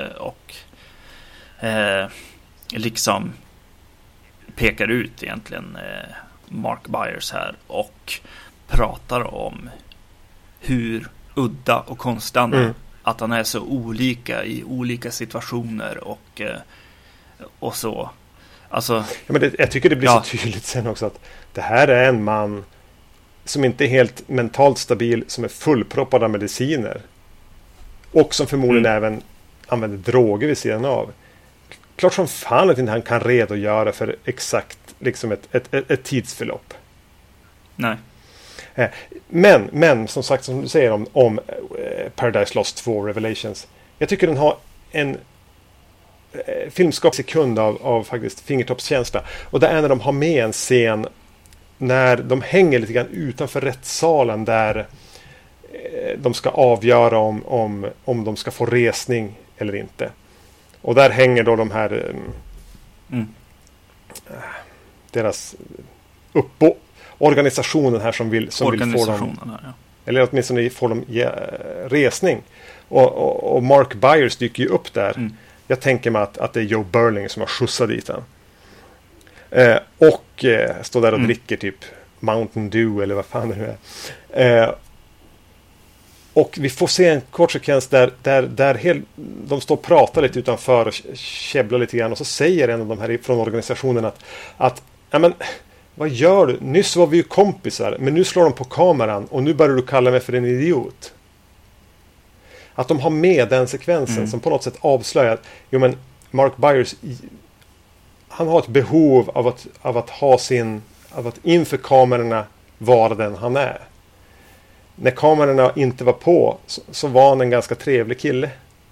C: liksom pekar ut egentligen Mark Byers här och pratar om hur udda och konstig han är. Att han är så olika i olika situationer och så. Alltså,
A: men jag tycker det blir så tydligt sen också att det här är en man som inte är helt mentalt stabil, som är fullproppad av mediciner och som förmodligen även använder droger vid sidan av. Klart som fan att inte han kan redogöra för exakt liksom ett tidsförlopp.
C: Nej.
A: Men som sagt, som du säger om Paradise Lost 2 Revelations, jag tycker den har filmskapsekund av faktiskt fingertoppskänsla. Och det är när de har med en scen när de hänger lite grann utanför rättssalen där de ska avgöra om de ska få resning eller inte. Och där hänger då de här deras organisationen här som vill få dem,
C: ja.
A: eller åtminstone får dem resning. Och Mark Byers dyker ju upp där. Jag tänker mig att det är Joe Burling som har skjutsat dit den. Och står där och dricker typ Mountain Dew eller vad fan det nu är. Och vi får se en kort sekvens där de står och pratar lite utanför och käbblar lite grann. Och så säger en av de här från organisationen att ja, men vad gör du? Nyss var vi ju kompisar, men nu slår de på kameran och nu börjar du kalla mig för en idiot. Att de har med den sekvensen som på något sätt avslöjar att jo, men Mark Byers, han har ett behov av att inför kamerorna vara den han är. När kamerorna inte var på så var han en ganska trevlig kille.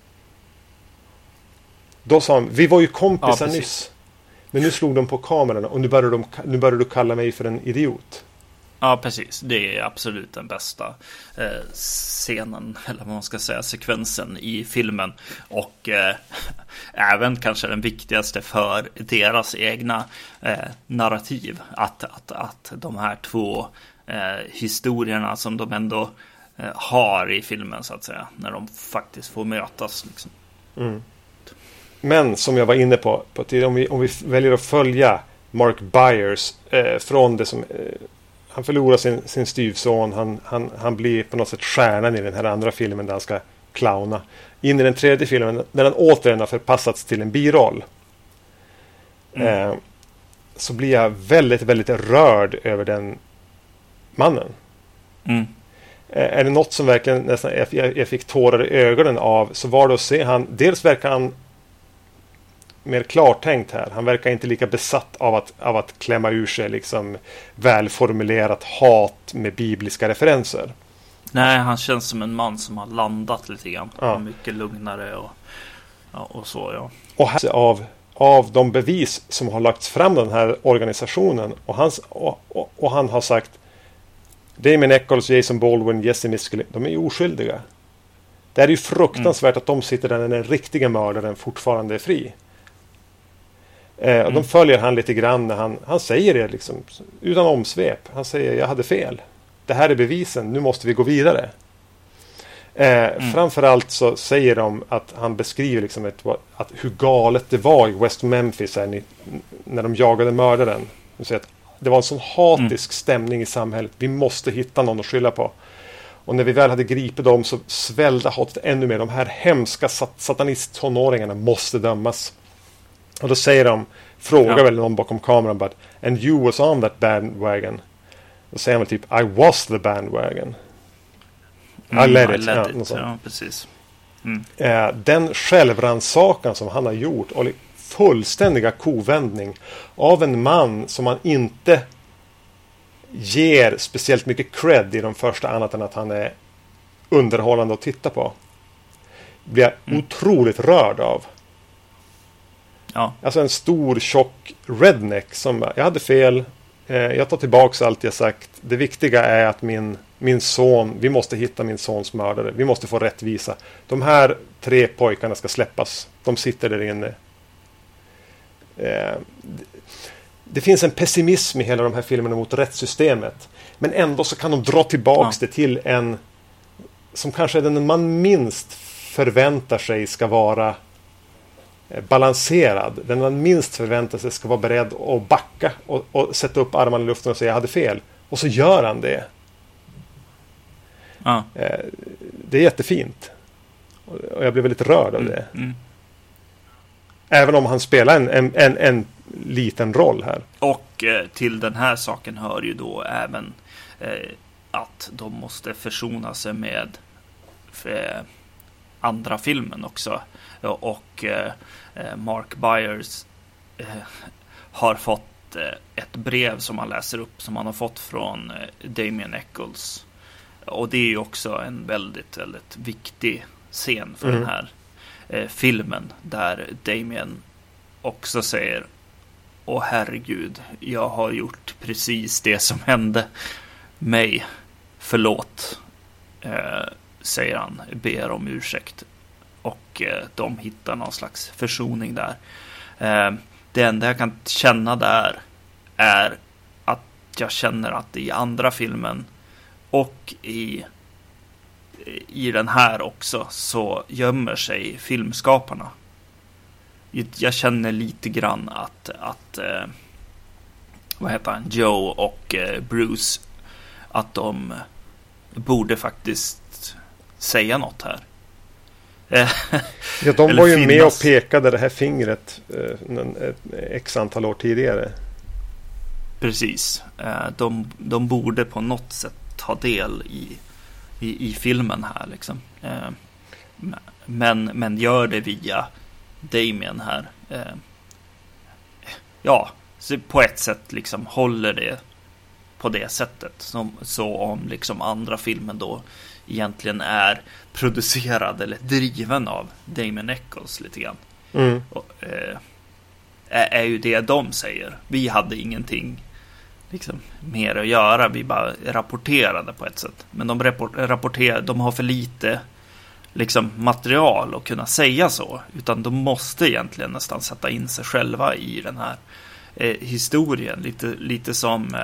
A: Då sa han, vi var ju kompisar nyss. Men nu slog de på kamerorna och nu börjar du kalla mig för en idiot.
C: Ja, precis. Det är absolut den bästa scenen, eller vad man ska säga, sekvensen i filmen. Och även kanske den viktigaste för deras egna narrativ. Att de här två historierna som de ändå har i filmen, så att säga, när de faktiskt får mötas liksom.
A: Men som jag var inne på om vi väljer att följa Mark Byers från det som han förlorar sin styvson, han blir på något sätt stjärnan i den här andra filmen där han ska clowna, in i den tredje filmen när han återigen har förpassats till en biroll. Så blir jag väldigt, väldigt rörd över den mannen. Är det något som verkligen nästan jag fick tårar i ögonen av, så var det att se han, dels verkar han mer klartänkt här. Han verkar inte lika besatt av att klämma ur sig liksom välformulerat hat med bibliska referenser.
C: Nej, han känns som en man som har landat lite grann. Ja. Mycket lugnare och så, ja.
A: Och här, av de bevis som har lagts fram den här organisationen och han har sagt Damien Eccles, Jason Baldwin, Jesse Miskel, de är ju oskyldiga. Det är ju fruktansvärt att de sitter där när den riktiga mördaren fortfarande är fri. Och de följer han lite grann när han säger det liksom, utan omsvep. Han säger, jag hade fel. Det här är bevisen, nu måste vi gå vidare. Framförallt så säger de att han beskriver liksom att hur galet det var i West Memphis här, när de jagade mördaren. De säger att det var en sån hatisk stämning i samhället. Vi måste hitta någon att skylla på. Och när vi väl hade gripit dem så svällde hatet ännu mer. De här hemska satanist-tonåringarna måste dömas. Och då säger de, frågar väl någon bakom kameran, but, and you was on that bandwagon. Då säger man typ, I was the bandwagon. I led it.
C: Ja, precis.
A: Den självrannsakan som han har gjort och fullständiga kovändning av en man som man inte ger speciellt mycket cred i de första, annat än att han är underhållande att titta på, blir jag otroligt rörd av.
C: Ja.
A: Alltså en stor, tjock redneck som, jag hade fel, jag tar tillbaka allt jag sagt. Det viktiga är att min son, vi måste hitta min sons mördare. Vi måste få rättvisa. De här 3 pojkarna ska släppas. De sitter där inne. Det finns en pessimism i hela de här filmerna mot rättssystemet. Men ändå så kan de dra tillbaks det till en som kanske är den man minst förväntar sig ska vara balanserad. Den man minst förväntar sig ska vara beredd att backa och sätta upp armarna i luften och säga jag hade fel. Och så gör han det. Det är jättefint. Och jag blev väldigt rörd av det. Även om han spelar en liten roll här.
C: Och till den här saken hör ju då även att de måste försona sig med andra filmen också. Och Mark Byers har fått ett brev som han läser upp som han har fått från Damien Eccles. Och det är ju också en väldigt, väldigt viktig scen för den här filmen där Damien också säger: åh herregud, jag har gjort precis det som hände mig. Förlåt, säger han, ber om ursäkt. Och de hittar någon slags försoning där. Det enda jag kan känna där är att jag känner att i andra filmen och i den här också så gömmer sig filmskaparna. Jag känner lite grann att vad heter han? Joe och Bruce, att de borde faktiskt säga något här.
A: Ja, de var ju med och pekade det här fingret x antal år tidigare.
C: Precis. De borde på något sätt ta del i filmen här liksom. Men gör det via Damien här. Ja, så på ett sätt liksom håller det på det sättet. Så om liksom andra filmen då egentligen är producerad eller driven av Damien Echols lite grann. Och, är ju det de säger. Vi hade ingenting liksom mer att göra. Vi bara rapporterade på ett sätt. Men de rapporterar, de har för lite liksom material att kunna säga så. Utan de måste egentligen nästan sätta in sig själva i den här historien. Lite som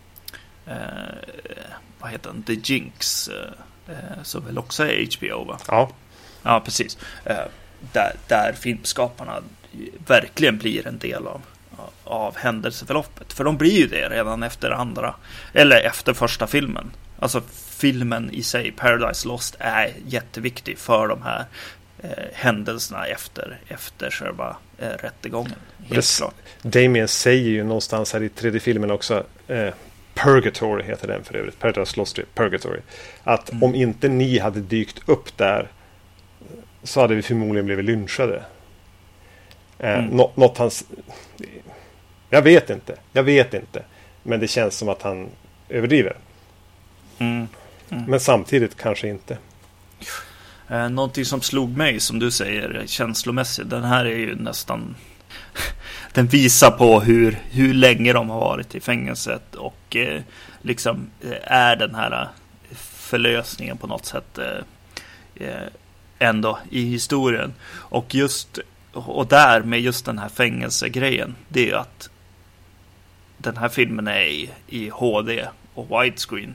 C: vad heter den? The Jinx, som väl också är HBO, va? Ja, precis. Där filmskaparna verkligen blir en del av händelseförloppet. För de blir ju det redan efter första filmen. Alltså filmen i sig, Paradise Lost, är jätteviktig för de här händelserna efter själva rättegången. Helt klart.
A: Damien säger ju någonstans här i tredje filmen också, Purgatory heter den för övrigt, Paradise Lost, Purgatory, att om inte ni hade dykt upp där så hade vi förmodligen blivit lynchade. Något hans... Jag vet inte. Men det känns som att han överdriver. Men samtidigt kanske inte.
C: Någonting som slog mig, som du säger, känslomässigt. Den här är ju nästan... Den visar på hur länge de har varit i fängelset. Och liksom är den här förlösningen på något sätt ändå i historien. Och där med just den här fängelsegrejen, det är ju att den här filmen är i HD och widescreen.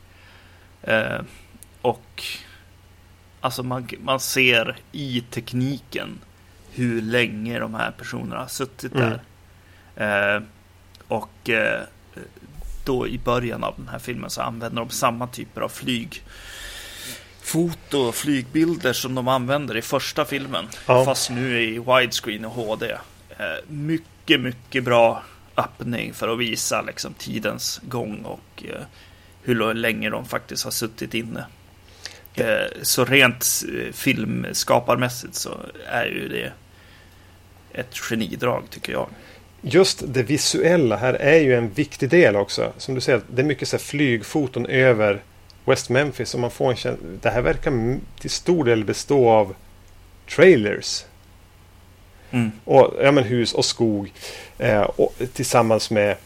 C: Och alltså man ser i tekniken hur länge de här personerna har suttit där. Och då i början av den här filmen så använder de samma typer av foto och flygbilder som de använder i första filmen. Fast nu i widescreen och HD. Mycket, mycket bra öppning för att visa liksom tidens gång och hur länge de faktiskt har suttit inne. Så rent filmskaparmässigt så är ju det ett genidrag, tycker jag.
A: Just det visuella här är ju en viktig del också. Som du säger, det är mycket så här flygfoton över West Memphis, och man får en känsla. Det här verkar till stor del bestå av trailers. Och ja, men hus och skog och tillsammans med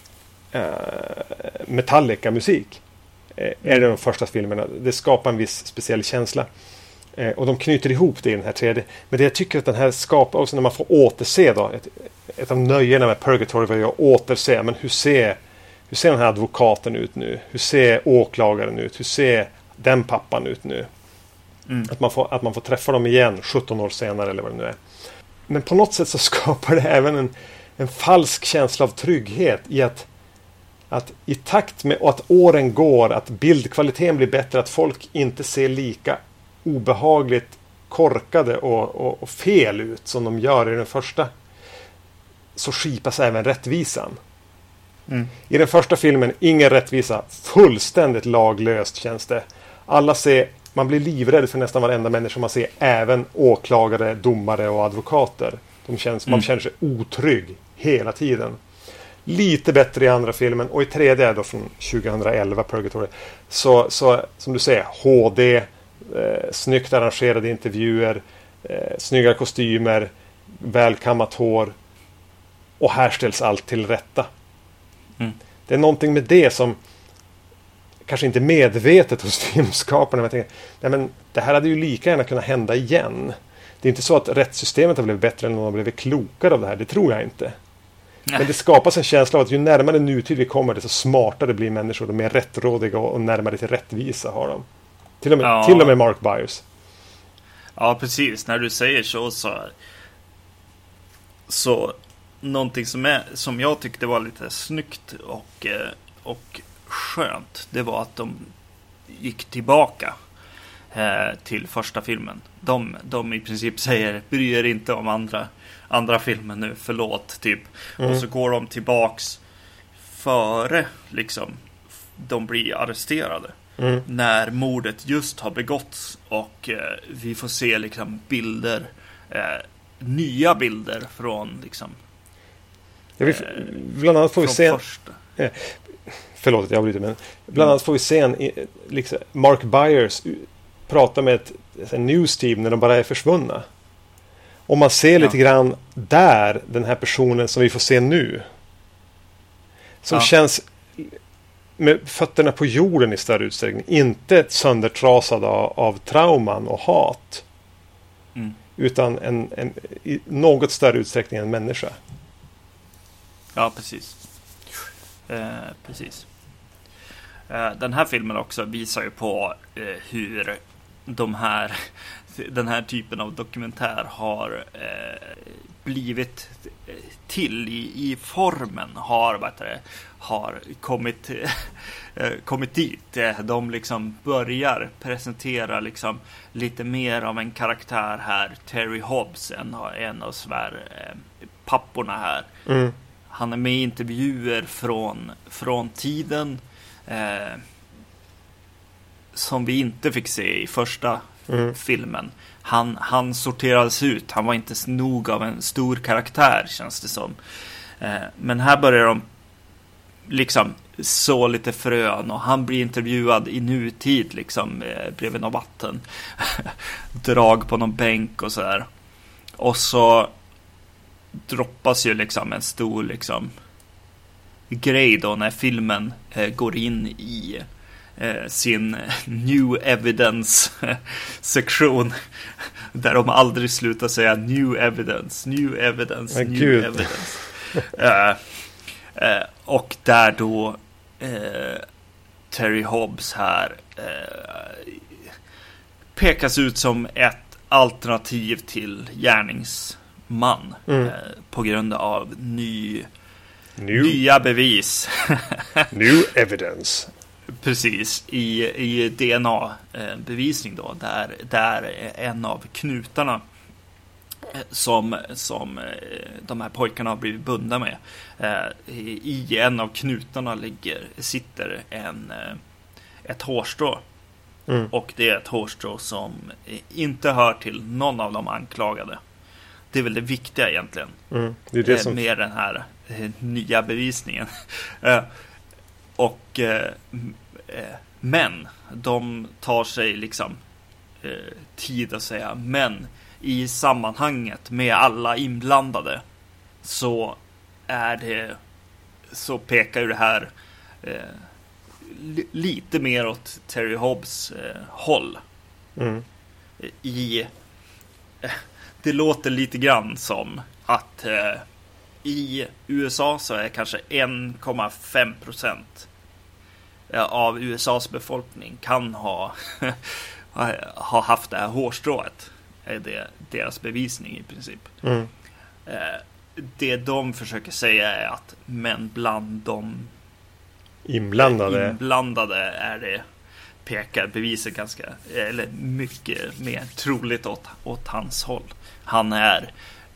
A: Metallica-musik är det de första filmerna. Det skapar en viss speciell känsla. Och de knyter ihop det i den här tredje. Men det jag tycker att den här skapar också när man får återse då, ett av nöjena med Purgatory var ju att återse, men hur ser den här advokaten ut nu? Hur ser åklagaren ut? Hur ser den pappan ut nu? Att man får träffa dem igen 17 år senare eller vad det nu är. Men på något sätt så skapar det även en falsk känsla av trygghet i att i takt med att åren går, att bildkvaliteten blir bättre, att folk inte ser lika obehagligt korkade och fel ut som de gör i den första, så skipas även rättvisan. I den första filmen, ingen rättvisa, fullständigt laglöst känns det. Man blir livrädd för nästan varenda människa man ser, även åklagare, domare och advokater. Man känner sig otrygg hela tiden. Lite bättre i andra filmen, och i tredje då från 2011, Purgatory, så som du säger, HD, snyggt arrangerade intervjuer, snygga kostymer, välkammat hår, och här ställs allt till rätta. Det är någonting med det som kanske inte medvetet hos filmskaparna, men jag tänker, nej, men det här hade ju lika gärna kunnat hända igen. Det är inte så att rättssystemet har blivit bättre eller någon har blivit klokare av det här, det tror jag inte. Men det skapas en känsla av att ju närmare nutid vi kommer, det så smartare blir människor, de mer rättrådiga och närmare till rättvisa har de. Till och med Mark Byers.
C: Ja, precis. När du säger så någonting som jag tyckte var lite snyggt och skönt, det var att de gick tillbaka till första filmen. De i princip säger, bry er inte om andra filmen nu, förlåt typ. Och så går de tillbaks före liksom de blir arresterade. När mordet just har begåtts, och vi får se liksom bilder, nya bilder från liksom
A: bland annat får vi se
C: första.
A: Förlåt att jag avbryter, men bland annat får vi se liksom, Mark Byers prata med ett news team när de bara är försvunna. Och man ser lite grann där den här personen som vi får se nu, som känns med fötterna på jorden i större utsträckning, inte söndertrasad av trauman och hat, utan i något större utsträckning en människa.
C: Ja, precis. Precis. Den här filmen också visar ju på hur den här typen av dokumentär har blivit till i formen, har kommit dit. De liksom börjar presentera liksom lite mer av en karaktär här. Terry Hobbs, en av papporna här. Han är med i intervjuer från tiden som vi inte fick se i första filmen. Han sorterades ut. Han var inte nog av en stor karaktär, känns det som. Men här börjar de liksom så lite frön, och han blir intervjuad i nutid liksom bredvid någon vatten. Drag på någon bänk och sådär. Och så droppas ju liksom en stor liksom grej då när filmen går in i sin new evidence sektion, där de aldrig slutar säga new evidence. Och där då Terry Hobbs här pekas ut som ett alternativ till gärningsman på grund av nya bevis.
A: New evidence.
C: Precis, i DNA-bevisning då, där en av knutarna som de här pojkarna har blivit bundna med, i en av knutarna sitter ett hårstrå. Och det är ett hårstrå som inte hör till någon av de anklagade. Det är väl det viktiga egentligen.
A: Det är det som...
C: med den här nya bevisningen. Men de tar sig liksom tid att säga, men i sammanhanget med alla inblandade så pekar ju det här lite mer åt Terry Hobbs håll. Det låter lite grann som att i USA så är kanske 1,5% av USAs befolkning kan ha haft det här hårstrået. Det är deras bevisning i princip. Det de försöker säga är att men bland de inblandade är det, pekar bevisen ganska, eller mycket mer troligt åt hans håll. Han är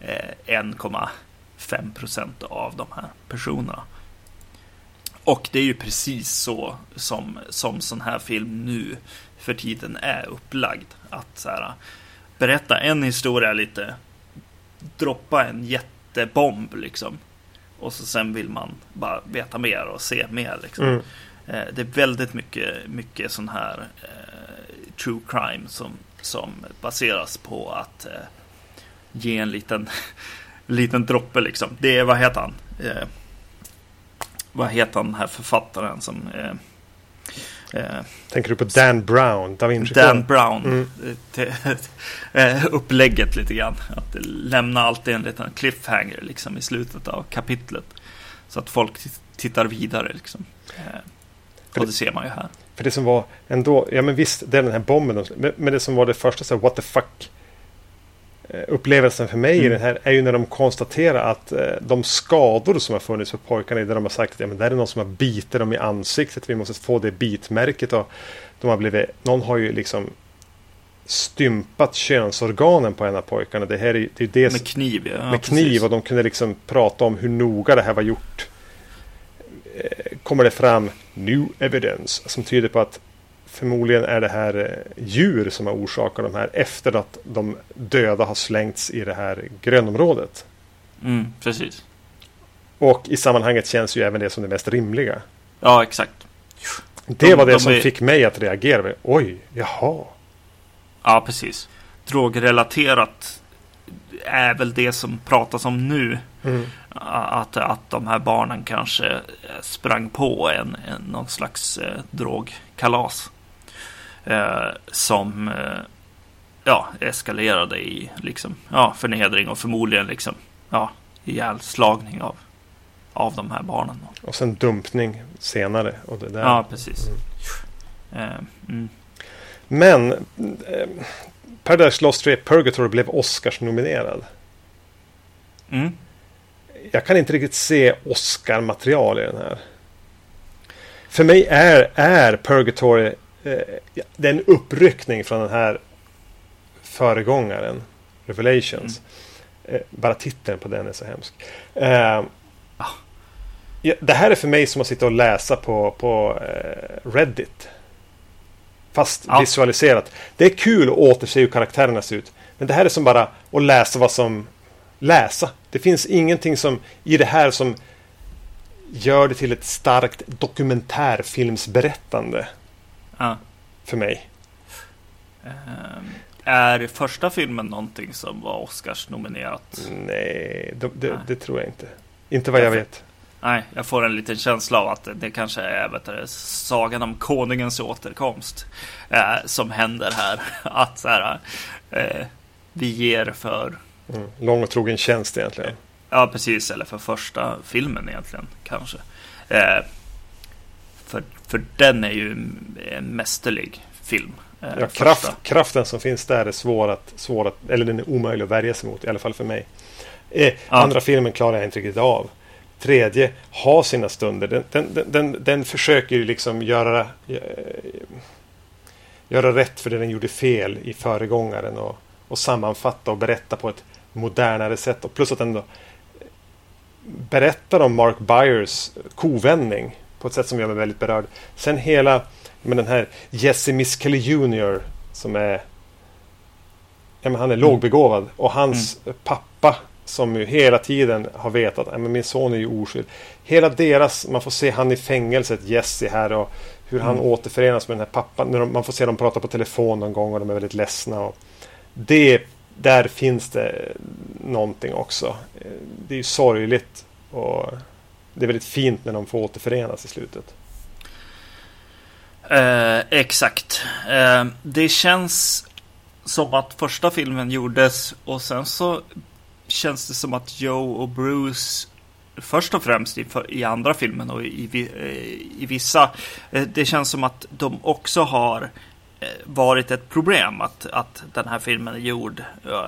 C: 1,5% av de här personerna. Och det är ju precis så som sån här film nu för tiden är upplagd. Att så här, berätta en historia lite, droppa en jättebomb liksom, och så sen vill man bara veta mer och se mer liksom. Det är väldigt mycket sån här true crime som baseras på att ge en liten droppe liksom. Det är, vad heter han? Vad heter han här författaren som...
B: tänker du på Dan Brown?
C: Dan Brown. Upplägget lite grann. Att lämna alltid en liten cliffhanger liksom, i slutet av kapitlet. Så att folk tittar vidare. Liksom. Och det ser man ju här.
B: För det som var ändå... Ja, men visst, det är den här bomben. Men det som var det första, så här, what the fuck... upplevelsen för mig i den här är ju när de konstaterar att de skador som har funnits för pojkarna, där de har sagt att ja, men det är någon som har bitit dem i ansiktet, vi måste få det bitmärket, och de har blivit, någon har ju liksom stympat könsorganen på en av pojkarna. Det här är det
C: med kniv, ja,
B: med kniv precis. Och de kunde liksom prata om hur noga det här var gjort. Kommer det fram new evidence som tyder på att förmodligen är det här djur som har orsakat de här efter att de döda har slängts i det här grönområdet.
C: Precis.
B: Och i sammanhanget känns ju även det som det mest rimliga.
C: Ja, exakt.
B: Det var det som fick mig att reagera. Oj, jaha.
C: Ja, precis. Drogrelaterat är väl det som pratas om nu. Att de här barnen kanske sprang på någon slags drogkalas. Som eskalerade i liksom, förnedring och förmodligen liksom, ihjälslagning av de här barnen.
B: Och sen dumpning senare. Och det där.
C: Ja, precis.
B: Men Paradise Lost 3 Purgatory blev Oscars-nominerad. Jag kan inte riktigt se Oscar-material i den här. För mig är Purgatory det är en uppryckning från den här föregångaren Revelations. Bara titeln på den är så hemsk. Det här är för mig som att sitta och läsa på Reddit. Fast visualiserat. Det är kul att återse hur karaktärerna ser ut. Men det här är som bara att läsa vad som... Läsa. Det finns ingenting som i det här som gör det till ett starkt dokumentärfilmsberättande. För mig.
C: Är första filmen någonting som var Oscars nominerat?
B: Nej, det tror jag inte. Inte vad jag vet.
C: Nej, jag får en liten känsla av att det kanske är sagan om konungens återkomst som händer här. Att så här, vi ger för...
B: lång och trogen tjänst egentligen.
C: Ja, precis. Eller för första filmen egentligen, kanske. För den är ju en mästerlig film.
B: Kraften som finns där är svår att eller den är omöjlig att värja sig mot, i alla fall för mig. Andra filmen klarar jag inte riktigt av. Tredje har sina stunder. Den försöker ju liksom göra rätt för det den gjorde fel i föregångaren och sammanfatta och berätta på ett modernare sätt. Och plus att den då berättar om Mark Byers kovändning på ett sätt som gör mig väldigt berörd. Sen hela med den här Jesse Miskelly Jr. som är han är lågbegåvad och hans pappa som ju hela tiden har vetat att min son är ju oskyldig. Hela deras, man får se han i fängelset, Jesse här, och hur han återförenas med den här pappan. När man får se dem prata på telefon någon gång och de är väldigt ledsna. Och där finns det någonting också. Det är ju sorgligt och det är väldigt fint när de får återförenas i slutet.
C: Exakt. Det känns som att första filmen gjordes och sen så känns det som att Joe och Bruce först och främst i andra filmen och i vissa, det känns som att de också har varit ett problem att den här filmen är gjord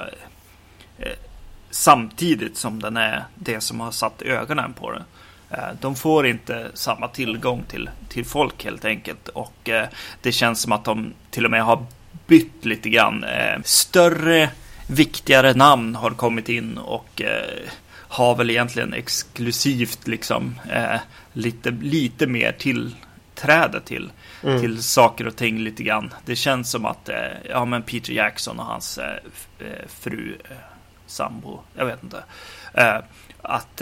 C: samtidigt som den är det som har satt ögonen på den. De får inte samma tillgång till folk helt enkelt, och det känns som att de till och med har bytt lite grann. Större, viktigare namn har kommit in och har väl egentligen exklusivt liksom lite mer tillträde till saker och ting lite grann. Det känns som att men Peter Jackson och hans fru sambo, jag vet inte, att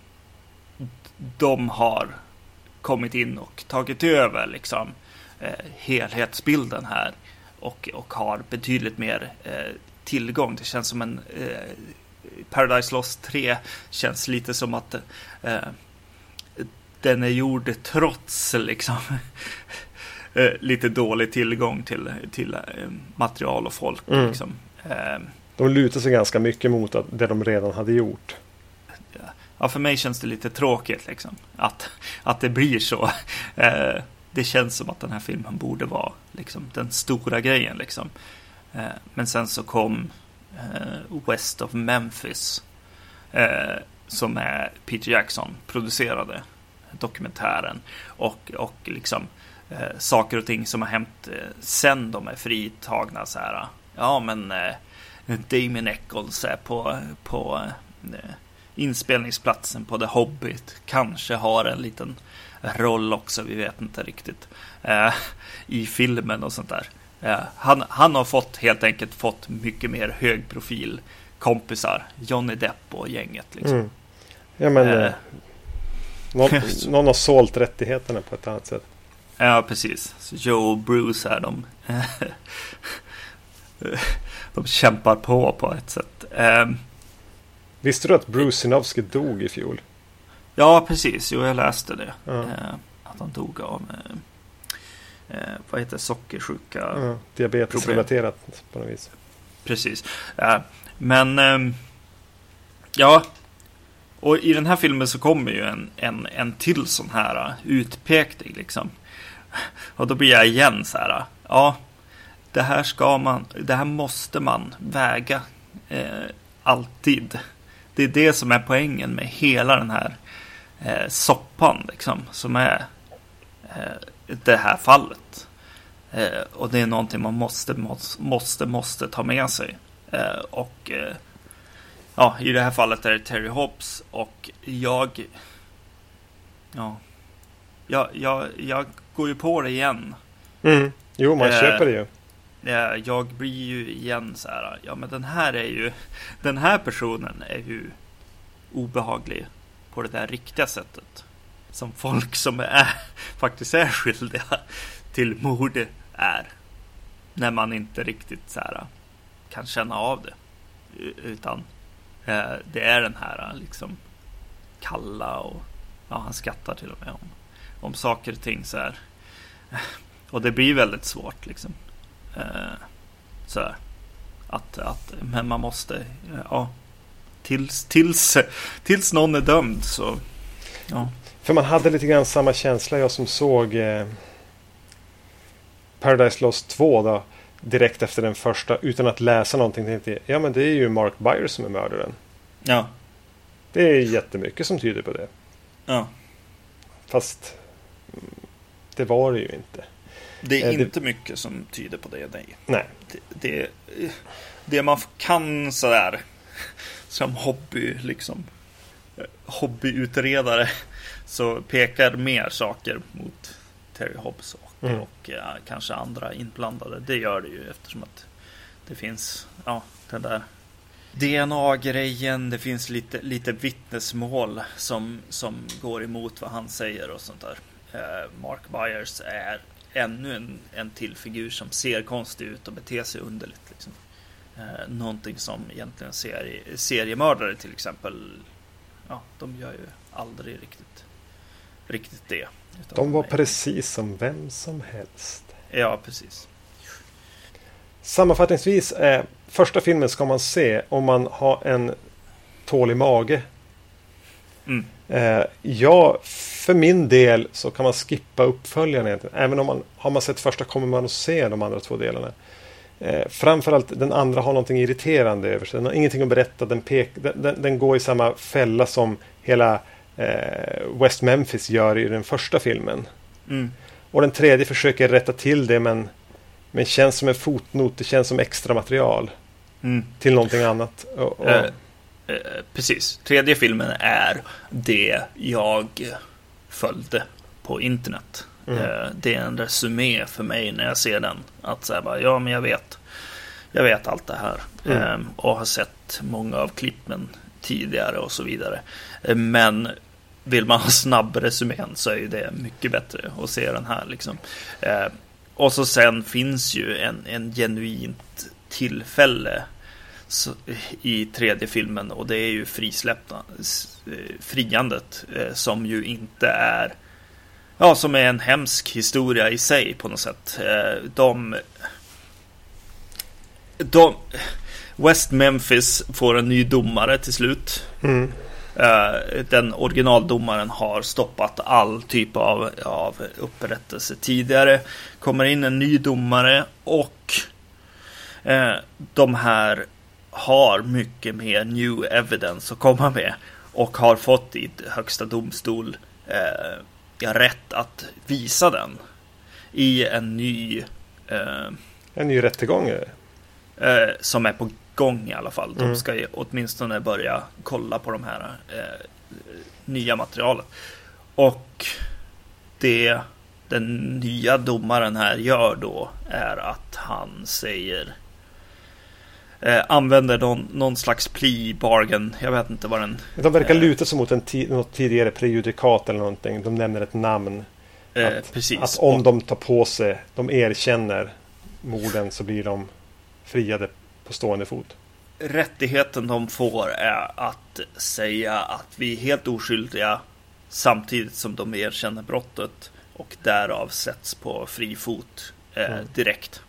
C: de har kommit in och tagit över liksom helhetsbilden här och har betydligt mer tillgång. Det känns som en Paradise Lost 3 känns lite som att den är gjord trots liksom lite dålig tillgång till material och folk. Liksom.
B: De lutar sig ganska mycket mot det de redan hade gjort.
C: Ja, för mig känns det lite tråkigt liksom, att det blir så. Det känns som att den här filmen borde vara liksom, den stora grejen. Liksom. Men sen så kom West of Memphis, som är Peter Jackson producerade dokumentären. Och liksom saker och ting som har hänt sen de är fritagna. Så här, ja, men Damien Eccles är på inspelningsplatsen på The Hobbit, kanske har en liten roll också, vi vet inte riktigt, i filmen och sånt där. Han har helt enkelt fått mycket mer högprofil kompisar, Johnny Depp och gänget liksom.
B: Ja, men någon har sålt rättigheterna på ett annat sätt.
C: Ja, precis. Så Joe och Bruce här, de kämpar på ett sätt.
B: Visste du att Bruce Sinofsky dog i fjol?
C: Ja, precis. Jo, jag läste det.
B: Ja.
C: Att han dog av vad heter sockersjuka?
B: Ja, diabetesrelaterat på något vis.
C: Precis. Men ja, och i den här filmen så kommer ju en till sån här utpekning liksom. Och då blir jag igen så här, ja, det här måste man väga alltid. Det är det som är poängen med hela den här soppan liksom, som är det här fallet. Och det är någonting man måste ta med sig. Och ja, i det här fallet är det Terry Hobbs, och jag går ju på det igen.
B: Jo, man köper det ju.
C: Jag blir ju igen så här, ja, men den här personen är ju obehaglig på det där riktiga sättet, som folk som faktiskt är skyldiga till mord är, när man inte riktigt så här kan känna av det, utan det är den här liksom kalla, och ja, han skrattar till och med om saker och ting så här, och det blir väldigt svårt liksom. Så här, men man måste tills någon är dömd, så ja.
B: För man hade lite grann samma känsla, jag som såg Paradise Lost 2 då, direkt efter den första, utan att läsa någonting, tänkte ja, men det är ju Mark Byers som är mördaren.
C: Ja.
B: Det är jättemycket som tyder på det.
C: Ja.
B: Fast det var det ju inte.
C: Det är inte mycket som tyder på det,
B: nej.
C: Det man kan sådär som hobbyutredare, så pekar mer saker mot Terry Hobbs och kanske andra inblandade. Det gör det ju, eftersom att det finns den där DNA-grejen, det finns lite vittnesmål som går emot vad han säger och sånt där. Mark Byers är ännu en till figur som ser konstig ut och beter sig underligt liksom. Någonting som egentligen seriemördare till exempel, de gör ju aldrig riktigt det.
B: De var precis som vem som helst.
C: Ja, precis.
B: Sammanfattningsvis, första filmen ska man se om man har en tålig mage. För min del så kan man skippa uppföljarna egentligen. Även om har man sett första, kommer man att se de andra två delarna. Framförallt den andra har någonting irriterande över sig. Den har ingenting att berätta. Den går i samma fälla som hela West Memphis gör i den första filmen. Och den tredje försöker rätta till det, men känns som en fotnot. Det känns som extra material till någonting annat.
C: Precis. Tredje filmen är det jag följde på internet. Det är en resumé för mig när jag ser den. Att säga bara, men jag vet allt det här. Och har sett många av klippen tidigare och så vidare. Men vill man ha snabb resumén så är det mycket bättre att se den här liksom. Och så sen finns ju en genuint tillfälle i tredje filmen, och det är ju friandet som ju inte är, ja, som är en hemsk historia i sig på något sätt. West Memphis får en ny domare till slut. Den originaldomaren har stoppat all typ av upprättelse tidigare. Kommer in en ny domare, och de här har mycket mer new evidence att komma med, och har fått i högsta domstol rätt att visa den i en ny
B: rättegång
C: som är på gång i alla fall. De ska åtminstone börja kolla på de här nya materialet. Och den nya domaren här gör då är att han säger använder någon slags plea bargain. Jag vet inte vad den...
B: De verkar luta sig mot något tidigare prejudikat eller någonting. De nämner ett namn. Att om de tar på sig, de erkänner morden, så blir de friade på stående fot.
C: Rättigheten de får är att säga att vi är helt oskyldiga samtidigt som de erkänner brottet, och därav sätts på fri fot direkt.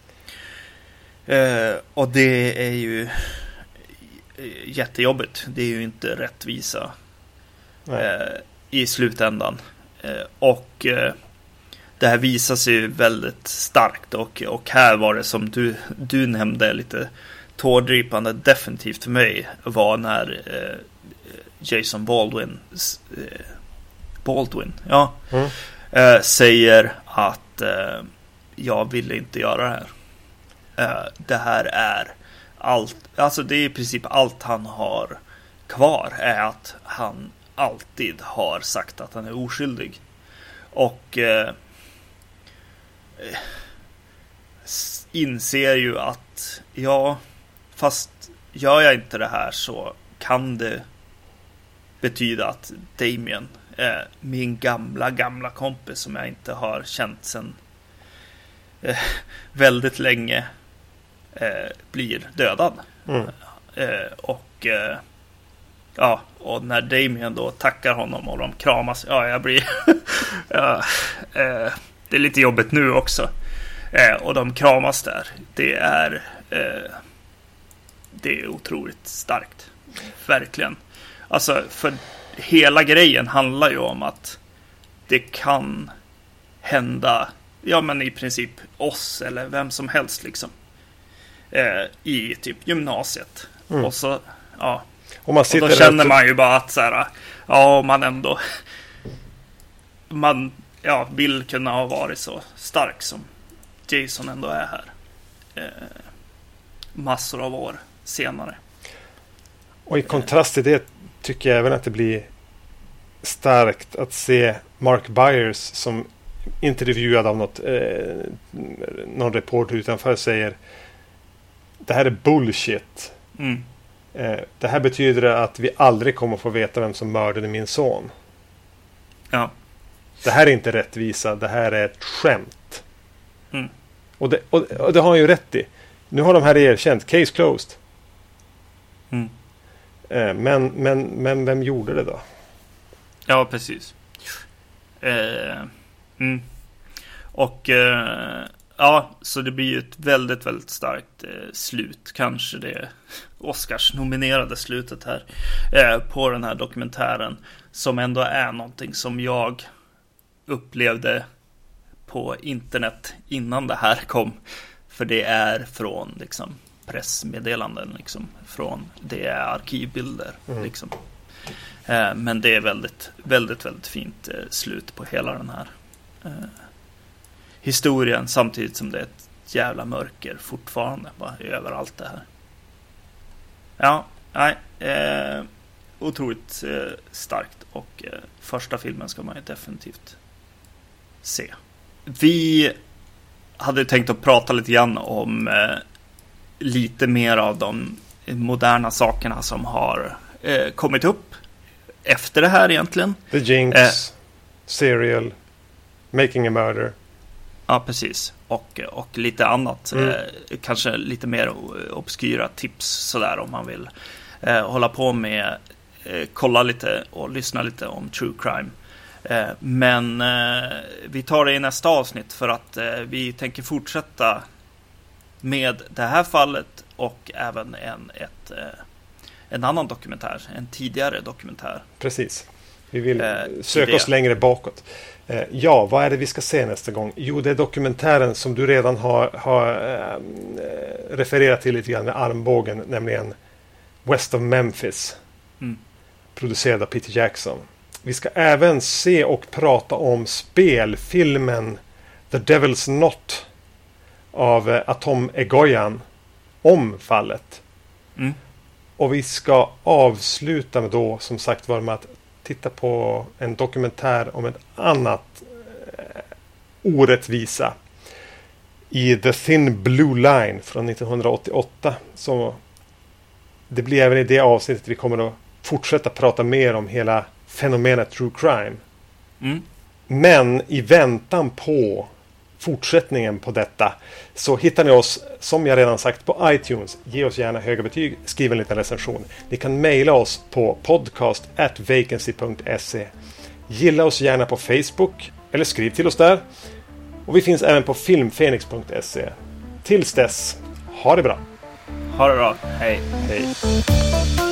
C: Och det är ju jättejobbigt. Det är ju inte rättvisa i slutändan. Och det här visar sig ju väldigt starkt, och här var det som du nämnde lite tårdrypande definitivt för mig, var när Jason Baldwin säger att jag ville inte göra det här. Det här är allt, alltså det är i princip allt han har kvar, är att han alltid har sagt att han är oskyldig. Och inser ju att fast gör jag inte det här så kan det betyda att Damien, min gamla kompis som jag inte har känt sedan väldigt länge, blir dödad. Och när Damien då tackar honom och de kramas, jag blir det är lite jobbigt nu också, och de kramas där. Det är otroligt starkt, verkligen. Alltså, för hela grejen handlar ju om att det kan hända, men i princip oss eller vem som helst liksom, i typ gymnasiet. Och så och då känner man ju bara att så här, man ändå vill kunna ha varit så stark som Jason ändå är här massor av år senare.
B: Och i kontrast till det tycker jag även att det blir starkt att se Mark Byers som intervjuad av någon reporter utanför säger: det här är bullshit. Det här betyder att vi aldrig kommer få veta vem som mördade min son.
C: Ja.
B: Det här är inte rättvisa, det här är ett skämt. Och det har han ju rätt i. Nu har de här erkänt, case closed. Men vem gjorde det då?
C: Ja, precis. Och så det blir ju ett väldigt, väldigt starkt slut. Kanske det Oscars-nominerade slutet här på den här dokumentären, som ändå är någonting som jag upplevde på internet innan det här kom. För det är från liksom pressmeddelanden liksom, det är arkivbilder liksom. Men det är väldigt, väldigt, väldigt fint slut på hela den här historien, samtidigt som det är ett jävla mörker fortfarande bara överallt det här. Otroligt starkt, och första filmen ska man ju definitivt se. Vi hade tänkt att prata lite grann om lite mer av de moderna sakerna som har kommit upp efter det här egentligen.
B: The Jinx, Serial, Making a Murder.
C: Ja, precis. Och lite annat. Kanske lite mer obskyra tips sådär om man vill hålla på med kolla lite och lyssna lite om true crime. Men vi tar det i nästa avsnitt för att vi tänker fortsätta med det här fallet och även en annan dokumentär, en tidigare dokumentär.
A: Precis. Vi vill söka oss längre bakåt. Ja, vad är det vi ska se nästa gång? Jo, det är dokumentären som du redan har refererat till lite grann med armbågen, nämligen West of Memphis. Producerad av Peter Jackson. Vi ska även se och prata om spelfilmen The Devil's Knot av Atom Egoyan om fallet. Och vi ska avsluta med då, som sagt var, med att titta på en dokumentär om ett annat orättvisa i The Thin Blue Line från 1988. Så det blir även i det avsnittet vi kommer att fortsätta prata mer om hela fenomenet true crime. Men i väntan på fortsättningen på detta så hittar ni oss, som jag redan sagt, på iTunes. Ge oss gärna höga betyg, skriv en liten recension. Ni kan mejla oss på podcast@vacancy.se. Gilla oss gärna på Facebook eller skriv till oss där. Och vi finns även på filmfenix.se. Tills dess, ha det bra.
C: Ha det bra, hej.
A: Hej.